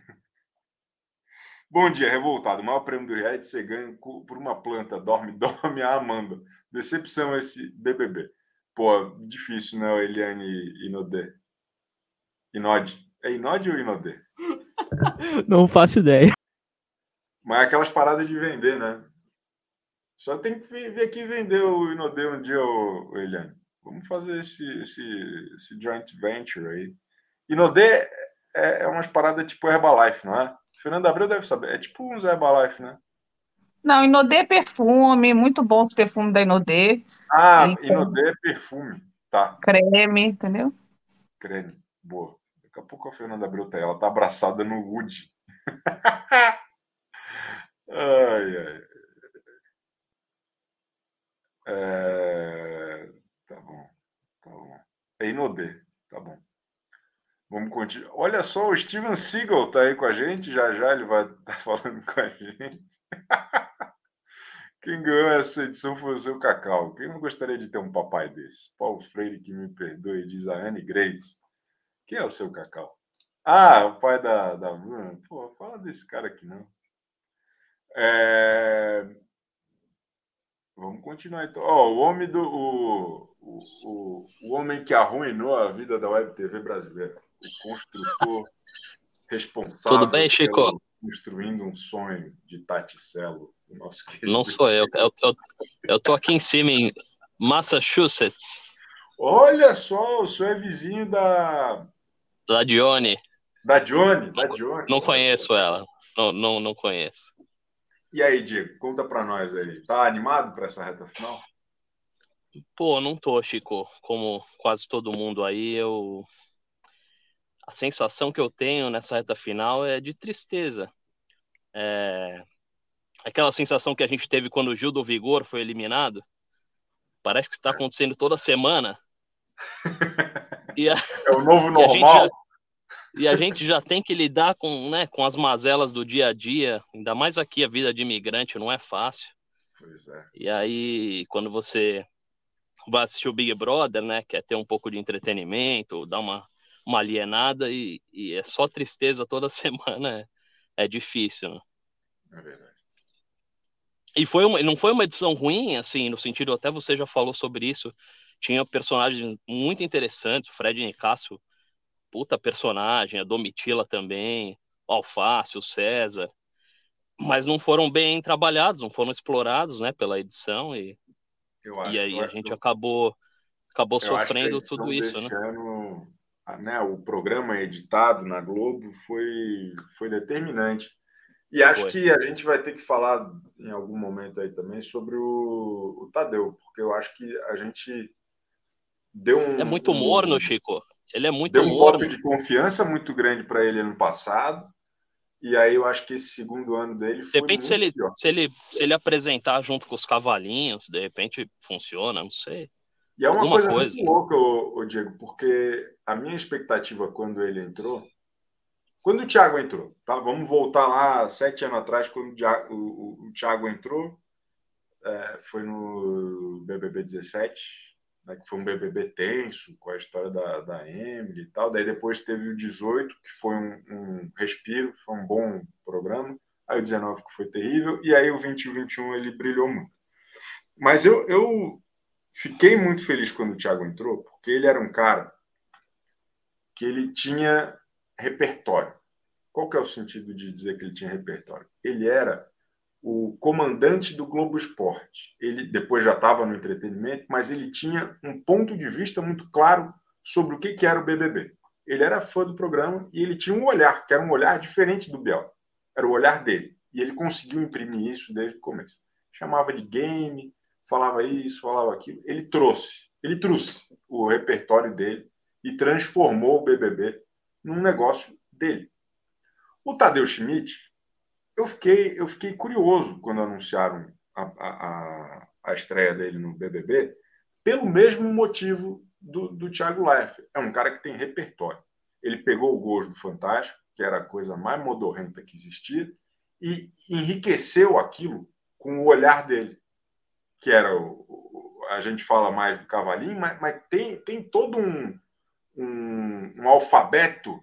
Bom dia, revoltado. O maior prêmio do reality ser ganho por uma planta. Dorme, a Amanda. Decepção esse BBB. Pô, difícil, né, Eliane Inodê? Inode. É Inode ou Inodê? Não faço ideia. Mas é aquelas paradas de vender, né? Só tem que vir aqui vender o Inodê um dia, Eliane. Vamos fazer esse joint venture aí. Inodê é umas paradas tipo Herbalife, não é? Fernando Abreu deve saber. É tipo uns Herbalife, né? Não, Inodê é perfume, muito bom os perfumes da Inodê. Ah, E Inodê é perfume. Tá, creme, entendeu? creme. Boa. Daqui a pouco a Fernanda Abreu tá aí. Ela tá abraçada no Wood. Ai, ai. Tá bom, tá bom. É Inodê, tá bom. Vamos continuar. Olha só, o Steven Seagal tá aí com a gente. Já já ele vai estar falando com a gente. Quem ganhou essa edição foi o seu Cacau. Quem não gostaria de ter um papai desse? Paulo Freire, que me perdoe, diz a Anne Grace. Quem é o seu Cacau? Ah, o pai da Bruna. Pô, fala desse cara aqui, não. Vamos continuar então. O homem o homem que arruinou a vida da Web TV brasileira. O construtor responsável Tudo bem, Chico? pelo construindo um sonho de Taticelo. Nosso querido Não sou eu. Eu tô aqui em cima, em Massachusetts. Olha só, o senhor é vizinho da Dione. Da Johnny. Não conheço ela. Não conheço. E aí, Diego, conta pra nós aí. Tá animado pra essa reta final? Pô, não tô, Chico. Como quase todo mundo aí, a sensação que eu tenho nessa reta final é de tristeza. Aquela sensação que a gente teve quando o Gil do Vigor foi eliminado. Parece que está acontecendo toda semana. É o novo normal. E a gente já tem que lidar com as mazelas do dia a dia. Ainda mais aqui, a vida de imigrante não é fácil. Pois é. E aí, quando você vai assistir o Big Brother, né, quer ter um pouco de entretenimento, dar uma alienada, e é só tristeza toda semana, é difícil, né? É verdade. E não foi uma edição ruim, assim, no sentido, até você já falou sobre isso, tinha personagens muito interessantes, o Fred Nicásio, puta personagem, a Domitila também, o Alface, o César, mas não foram bem trabalhados, não foram explorados, né, pela edição, e aí a gente acabou sofrendo tudo isso, desse né? ano, né, o programa editado na Globo foi determinante. E acho que a gente vai ter que falar em algum momento aí também sobre o Tadeu, porque eu acho que a gente deu É muito morno, Chico. Ele é muito deu um morno. voto de confiança muito grande para ele ano passado. E aí eu acho que esse segundo ano dele foi de repente, muito pior. se ele apresentar junto com os cavalinhos, de repente funciona, não sei. E é uma coisa muito louca, Diego, porque a minha expectativa quando ele entrou, quando o Thiago entrou, tá? Vamos voltar lá 7 anos atrás, quando o Thiago entrou, foi no BBB 17, né, que foi um BBB tenso, com a história da Emily e tal. Daí depois teve o 18, que foi um respiro, foi um bom programa. Aí o 19, que foi terrível. E aí o 20 e o 21 ele brilhou muito. Mas eu fiquei muito feliz quando o Thiago entrou, porque ele era um cara que ele tinha repertório. Qual que é o sentido de dizer que ele tinha repertório? Ele era o comandante do Globo Esporte. Ele depois já estava no entretenimento, mas ele tinha um ponto de vista muito claro sobre o que era o BBB. Ele era fã do programa e ele tinha um olhar, que era um olhar diferente do Biel. Era o olhar dele. E ele conseguiu imprimir isso desde o começo. Chamava de game, falava isso, falava aquilo. Ele trouxe o repertório dele e transformou o BBB num negócio dele. O Tadeu Schmidt, eu fiquei curioso quando anunciaram a estreia dele no BBB, pelo mesmo motivo do Thiago Leifert. É um cara que tem repertório. Ele pegou o gosto do Fantástico, que era a coisa mais modorrenta que existia, e enriqueceu aquilo com o olhar dele, que era a gente fala mais do cavalinho, mas tem todo um alfabeto,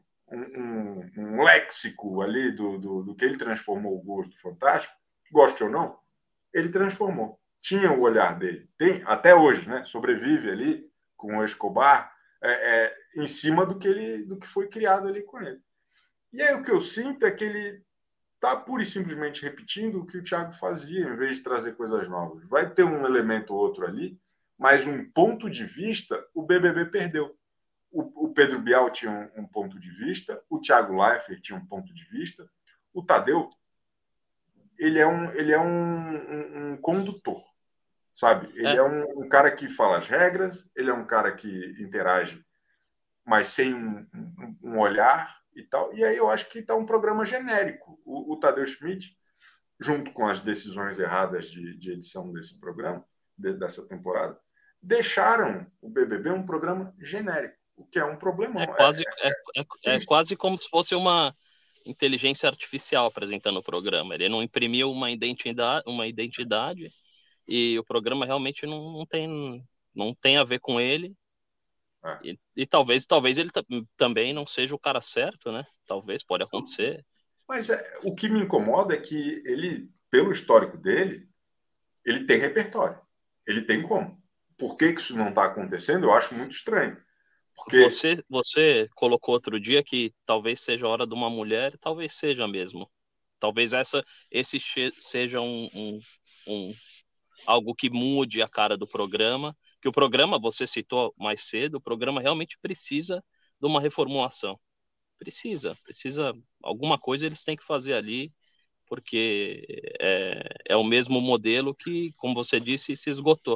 um léxico ali do que ele transformou o gosto do Fantástico, goste ou não, ele transformou. Tinha o olhar dele. Tem, até hoje, né? Sobrevive ali com o Escobar. em cima do que foi criado ali com ele. E aí o que eu sinto é que ele está pura e simplesmente repetindo o que o Thiago fazia, em vez de trazer coisas novas. Vai ter um elemento ou outro ali, mas um ponto de vista o BBB perdeu. O Pedro Bial tinha um ponto de vista, o Thiago Leifert tinha um ponto de vista, o Tadeu, ele é um condutor, sabe? Ele é um cara que fala as regras, ele é um cara que interage, mas sem um olhar e tal. E aí eu acho que está um programa genérico. O Tadeu Schmidt, junto com as decisões erradas de edição desse programa, dessa temporada, deixaram o BBB um programa genérico, o que é um problemão. É quase como se fosse uma inteligência artificial apresentando o programa. Ele não imprimiu uma identidade e o programa realmente não tem a ver com ele. E talvez ele também não seja o cara certo, né? Talvez, pode acontecer. Mas o que me incomoda é que ele, pelo histórico dele, ele tem repertório. Ele tem como. Por que isso não está acontecendo? Eu acho muito estranho. Porque... Você colocou outro dia que talvez seja a hora de uma mulher, talvez seja mesmo. Talvez esse seja algo que mude a cara do programa, que o programa, você citou mais cedo, o programa realmente precisa de uma reformulação. Precisa. Alguma coisa eles têm que fazer ali, porque é o mesmo modelo que, como você disse, se esgotou.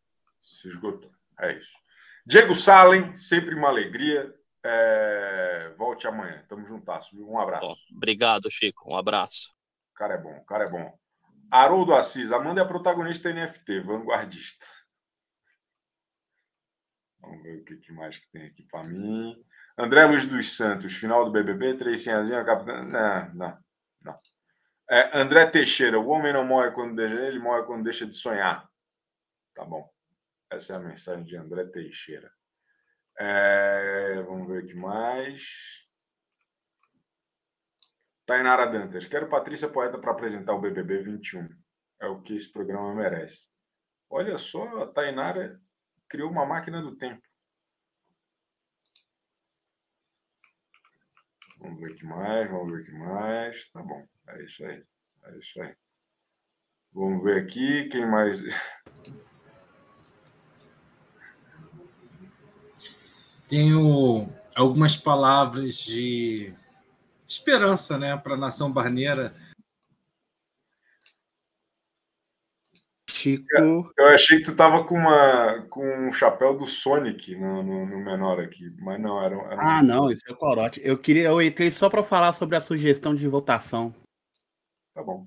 É isso. Diego Salem, sempre uma alegria. Volte amanhã. Tamo juntasso. Um abraço. Obrigado, Chico. Um abraço. O cara é bom. Haroldo Assis, Amanda é a protagonista NFT, vanguardista. Vamos ver o que mais que tem aqui para mim. André Luiz dos Santos, final do BBB, 3 senhazinha, capitã... Não. André Teixeira, o homem não morre quando deixa, ele morre quando deixa de sonhar. Tá bom. Essa é a mensagem de André Teixeira. Vamos ver o que mais. Tainara Dantas. Quero Patrícia Poeta para apresentar o BBB 21. É o que esse programa merece. Olha só, a Tainara criou uma máquina do tempo. Vamos ver o que mais. Tá bom, é isso aí. Vamos ver aqui, quem mais... Tenho algumas palavras de esperança, né, para a nação barneira. Chico. Eu achei que tu tava com um chapéu do Sonic no menor aqui, mas não, era Não, isso é o corote. Eu entrei só para falar sobre a sugestão de votação. Tá bom.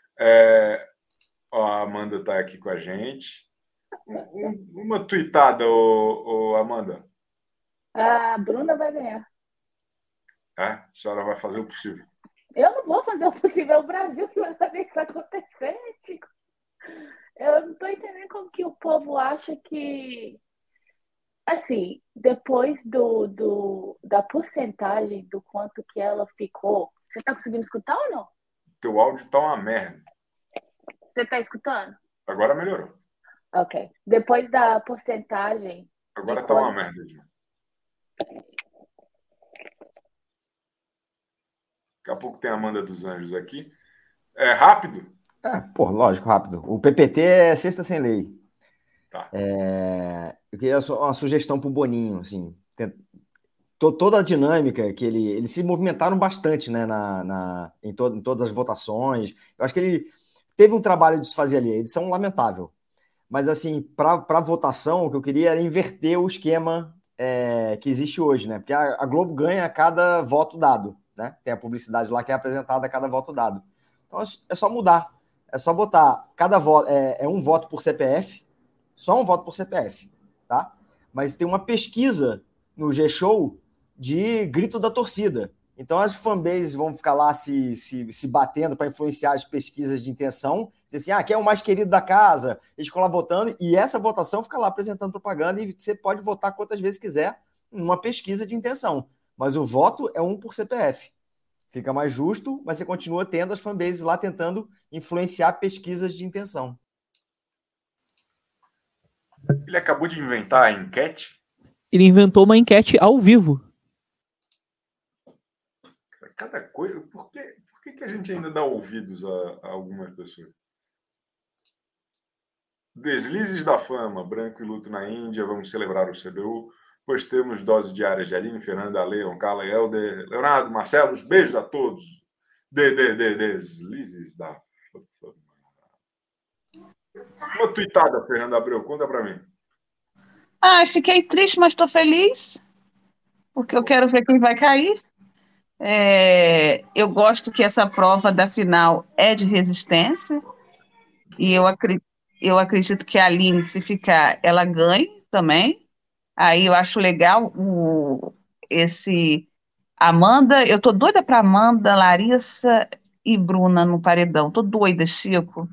A Amanda tá aqui com a gente. Uma tuitada, Amanda. A Bruna vai ganhar. A senhora vai fazer o possível. Eu não vou fazer o possível, é o Brasil que vai fazer isso acontecer, Chico. Eu não tô entendendo como que o povo acha que... Assim, depois da porcentagem do quanto que ela ficou... Você está conseguindo escutar ou não? Teu áudio tá uma merda. Você está escutando? Agora melhorou. Ok. Depois da porcentagem... Agora tá uma merda, Edmar. Daqui a pouco tem a Amanda dos Anjos aqui. Rápido? Lógico, rápido. O PPT é sexta sem lei. Tá. Eu queria só uma sugestão pro Boninho, assim. Toda a dinâmica que eles se movimentaram bastante, né, em todas as votações. Eu acho que ele teve um trabalho de se fazer ali, a edição lamentável. Mas, assim, para votação, o que eu queria era inverter o esquema que existe hoje, né? Porque a Globo ganha a cada voto dado, né? Tem a publicidade lá que é apresentada a cada voto dado. Então é só mudar. É só botar cada voto, um voto por CPF, só um voto por CPF, tá? Mas tem uma pesquisa no G-Show de grito da torcida. Então as fanbases vão ficar lá se batendo para influenciar as pesquisas de intenção, dizer assim, quem é o mais querido da casa? Eles ficam lá votando e essa votação fica lá apresentando propaganda e você pode votar quantas vezes quiser numa pesquisa de intenção. Mas o voto é um por CPF. Fica mais justo, mas você continua tendo as fanbases lá tentando influenciar pesquisas de intenção. Ele acabou de inventar a enquete? Ele inventou uma enquete ao vivo. Cada coisa. Por que a gente ainda dá ouvidos a algumas pessoas? Deslizes da fama, branco e luto na Índia, vamos celebrar o CBU, pois temos doses diárias de Aline, Fernanda, Leon, Carla, Helder, Leonardo, Marcelo, beijos a todos. Deslizes da fama. Uma tuitada, Fernanda Abreu, conta pra mim. Fiquei triste, mas estou feliz, porque eu quero ver quem vai cair. Eu gosto que essa prova da final é de resistência, e eu acredito que a Aline, se ficar, ela ganhe também. Aí eu acho legal esse Amanda. Eu tô doida para Amanda, Larissa e Bruna no paredão. Tô doida, Chico.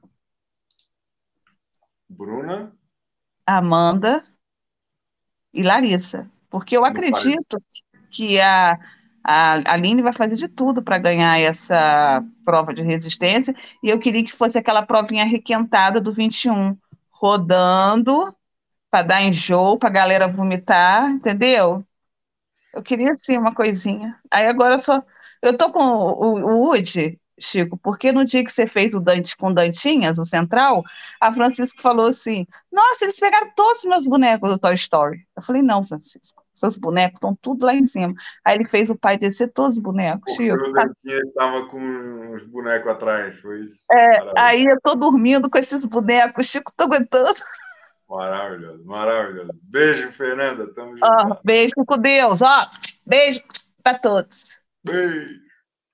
Bruna? Amanda e Larissa. Porque eu acredito que a Aline vai fazer de tudo para ganhar essa prova de resistência. E eu queria que fosse aquela provinha requentada do 21, rodando para dar enjoo, para a galera vomitar, entendeu? Eu queria sim uma coisinha. Aí agora eu tô com o Woody, Chico, porque no dia que você fez o Dante com Dantinhas, o Central, a Francisco falou assim: Nossa, eles pegaram todos os meus bonecos do Toy Story. Eu falei: Não, Francisco, seus bonecos estão tudo lá em cima. Aí ele fez o pai descer todos os bonecos, Porque Chico. o Dantinha estava com os bonecos atrás, foi isso? Aí eu tô dormindo com esses bonecos, Chico, tô aguentando. Maravilhoso, maravilhoso. Beijo, Fernanda. Tamo junto. Beijo com Deus. Beijo para todos. Beijo.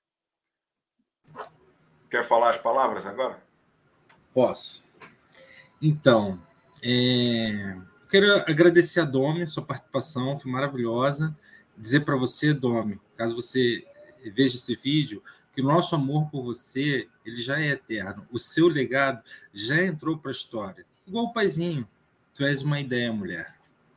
Quer falar as palavras agora? Posso. Então, quero agradecer a Domi, sua participação foi maravilhosa. Dizer para você, Domi, caso você veja esse vídeo, que o nosso amor por você, ele já é eterno. O seu legado já entrou para a história. Igual o paizinho. Tu és uma ideia, mulher.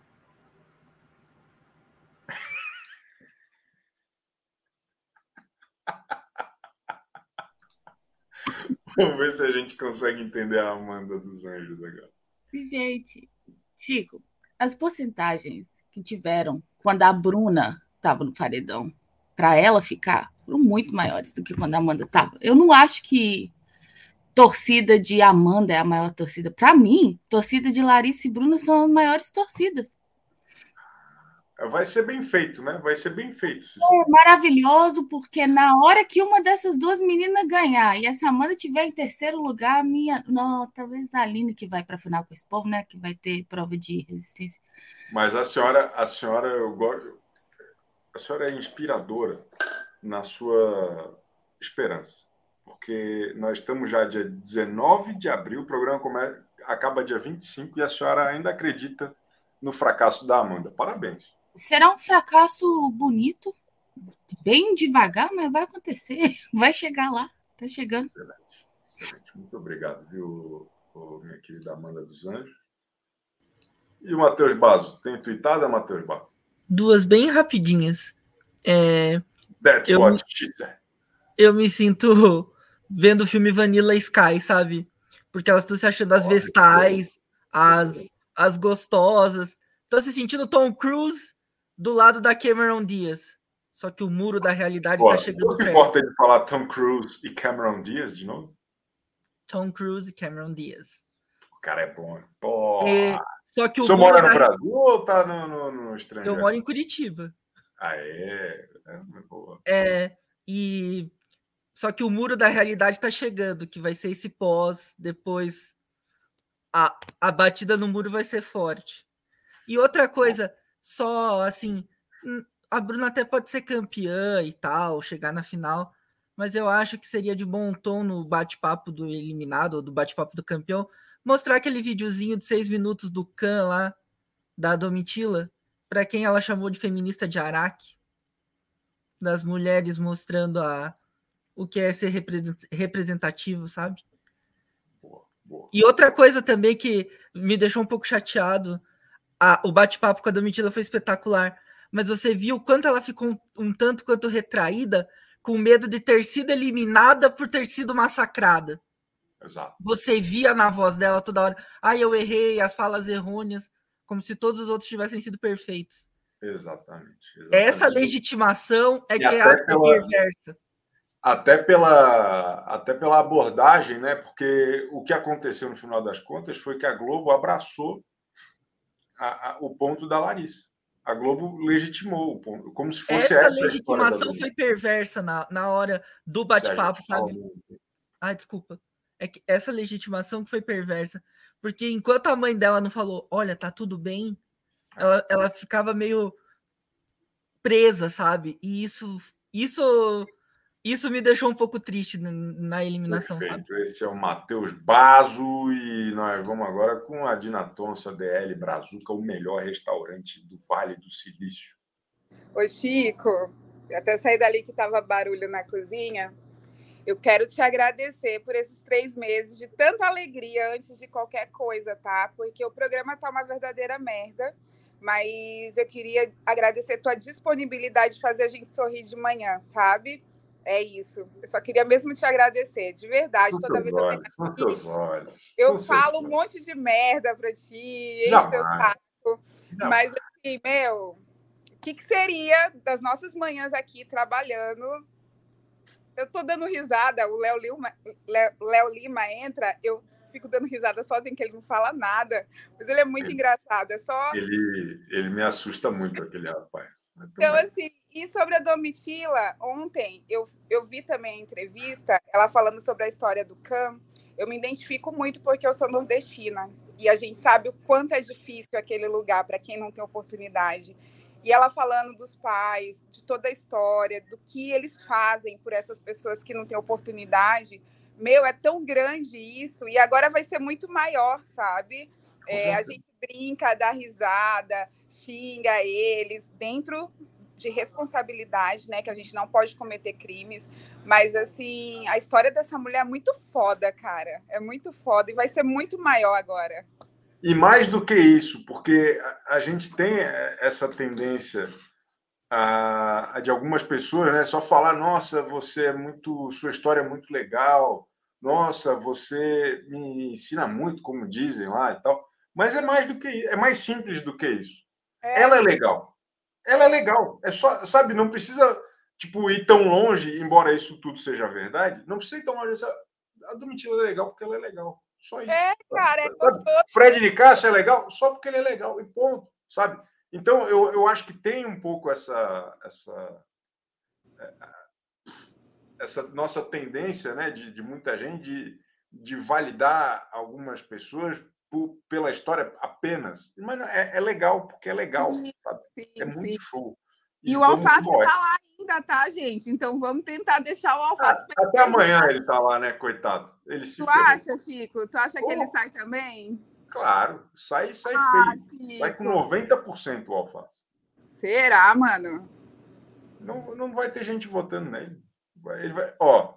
Vamos ver se a gente consegue entender a Amanda dos Anjos agora. Gente, Chico, as porcentagens que tiveram quando a Bruna estava no paredão para ela ficar foram muito maiores do que quando a Amanda estava. Eu não acho que torcida de Amanda é a maior torcida. Para mim, torcida de Larissa e Bruna são as maiores torcidas. Vai ser bem feito, né? Vai ser bem feito. É maravilhoso, porque na hora que uma dessas duas meninas ganhar e essa Amanda estiver em terceiro lugar, talvez a Aline que vai para a final com esse povo, né? Que vai ter prova de resistência. Mas a senhora, eu gosto. A senhora é inspiradora na sua esperança. Porque nós estamos já dia 19 de abril, o programa acaba dia 25 e a senhora ainda acredita no fracasso da Amanda. Parabéns. Será um fracasso bonito, bem devagar, mas vai acontecer. Vai chegar lá. Tá chegando. Excelente. Muito obrigado, viu, minha querida Amanda dos Anjos. E o Matheus Basso? Tem tuitada, Matheus Basso? Duas bem rapidinhas. That's what she said. Eu me sinto vendo o filme Vanilla Sky, sabe? Porque elas estão se achando as vestais, as gostosas. Estão se sentindo Tom Cruise do lado da Cameron Diaz. Só que o muro da realidade está chegando perto. Você importa ele falar Tom Cruise e Cameron Diaz de novo? Tom Cruise e Cameron Diaz. O cara é bom. Só que o senhor mora no Brasil ou tá no estrangeiro? Eu moro em Curitiba. Boa. Só que o muro da realidade está chegando, que vai ser esse pós, depois a batida no muro vai ser forte. E outra coisa, só assim, a Bruna até pode ser campeã e tal, chegar na final, mas eu acho que seria de bom tom no bate-papo do eliminado ou do bate-papo do campeão, mostrar aquele videozinho de 6 minutos do Khan lá, da Domitila, para quem ela chamou de feminista de Araque, das mulheres mostrando o que é ser representativo, sabe? Boa. E outra coisa também que me deixou um pouco chateado, o bate-papo com a Domitila foi espetacular, mas você viu o quanto ela ficou um tanto quanto retraída, com medo de ter sido eliminada por ter sido massacrada. Exato. Você via na voz dela toda hora, eu errei, as falas errôneas, como se todos os outros tivessem sido perfeitos. Exatamente. Essa legitimação é E que até é perversa. Até pela abordagem, né? Porque o que aconteceu no final das contas foi que a Globo abraçou o ponto da Larissa. A Globo legitimou o ponto, como se fosse essa a legitimação foi perversa na hora do bate-papo, sabe? Desculpa. É que essa legitimação que foi perversa. Porque enquanto a mãe dela não falou, olha, tá tudo bem, ela ficava meio presa, sabe? E isso me deixou um pouco triste na eliminação. Perfeito. Sabe? Esse é o Matheus Bazo e nós vamos agora com a Dina Tonsa, DL Brazuca, o melhor restaurante do Vale do Silício. Ô, Chico, eu até saí dali que estava barulho na cozinha. Eu quero te agradecer por esses 3 meses de tanta alegria antes de qualquer coisa, tá? Porque o programa tá uma verdadeira merda, mas eu queria agradecer tua disponibilidade de fazer a gente sorrir de manhã, sabe? É isso. Eu só queria mesmo te agradecer, de verdade. Toda vez eu falo um monte de merda pra ti, enche teu saco. Mas assim, o que seria das nossas manhãs aqui trabalhando? Eu tô dando risada, o Léo Lima entra, eu fico dando risada sozinho, que ele não fala nada, mas ele é muito engraçado. Ele me assusta muito, aquele rapaz. Então, assim, e sobre a Domitila, ontem eu vi também a entrevista, ela falando sobre a história do Cam. Eu me identifico muito porque eu sou nordestina e a gente sabe o quanto é difícil aquele lugar para quem não tem oportunidade. E ela falando dos pais, de toda a história, do que eles fazem por essas pessoas que não têm oportunidade. É tão grande isso, e agora vai ser muito maior, sabe? A gente brinca, dá risada, xinga eles, dentro de responsabilidade, né? Que a gente não pode cometer crimes. Mas, assim, a história dessa mulher é muito foda, cara. É muito foda, e vai ser muito maior agora. E mais do que isso, porque a gente tem essa tendência de algumas pessoas, né, só falar, nossa, sua história é muito legal, nossa, você me ensina muito, como dizem lá e tal. Mas é mais do que isso, é mais simples do que isso. Ela é legal. Ela é legal. É só, sabe, não precisa ir tão longe, embora isso tudo seja verdade, não precisa ir tão longe. A Domitila é legal porque ela é legal. Só isso. Cara, é gostoso. Fred Nicásio é legal só porque ele é legal, e ponto, sabe? Então, eu acho que tem um pouco essa nossa tendência, né, de muita gente de validar algumas pessoas pela história apenas. Mas é legal, porque é legal. Sabe? É muito show. E o Alface está lá ainda, tá, gente? Então vamos tentar deixar o Alface... Até amanhã ele está lá, né, coitado? Ele se ferrou. Acha, Chico? Tu acha que ele sai também? Claro, sai feio. Chico. Sai com 90% o Alface. Será, mano? Não vai ter gente votando nele. Ele vai...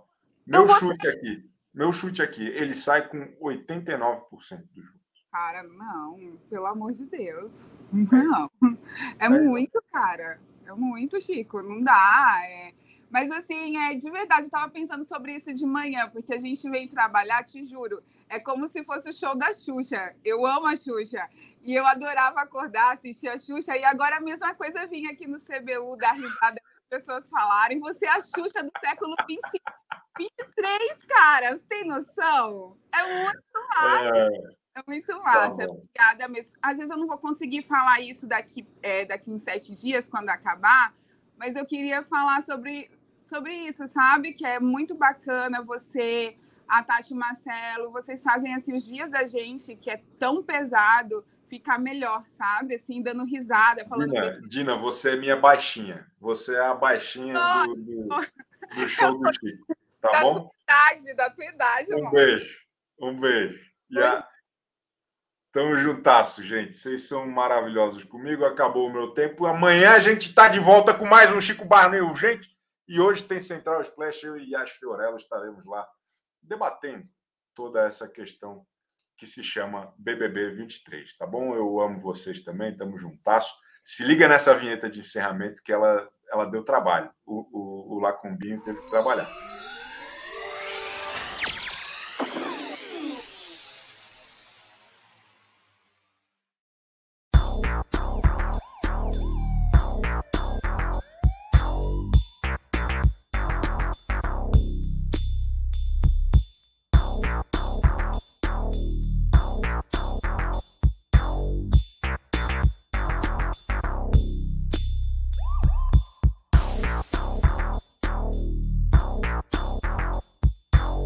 Meu chute aqui, ele sai com 89% dos votos. Cara, não, pelo amor de Deus. Não. É muito, cara. É muito, Chico. Não dá. Mas, assim, de verdade, eu estava pensando sobre isso de manhã, porque a gente vem trabalhar, te juro, é como se fosse o show da Xuxa. Eu amo a Xuxa. E eu adorava acordar, assistir a Xuxa. E agora a mesma coisa vinha aqui no CBU, dar risada, as pessoas falarem. Você é a Xuxa do século 23, cara. Você tem noção? É muito massa. É muito massa. Obrigada mesmo. Às vezes eu não vou conseguir falar isso daqui uns 7 dias, quando acabar, mas eu queria falar sobre isso, sabe? Que é muito bacana você, a Tati e o Marcelo, vocês fazem assim os dias da gente, que é tão pesado, ficar melhor, sabe? Assim, dando risada, falando... Dina, você é minha baixinha. Você é a baixinha do show do Chico. Tá bom? Da tua idade, Um beijo. Tamo juntasso, gente. Vocês são maravilhosos comigo. Acabou o meu tempo. Amanhã a gente está de volta com mais um Chico Barney Urgente. E hoje tem Central Splash. Eu e Yas Fiorello estaremos lá debatendo toda essa questão que se chama BBB 23, tá bom? Eu amo vocês também. Tamo juntasso. Se liga nessa vinheta de encerramento que ela deu trabalho. O Lacumbinho teve que trabalhar.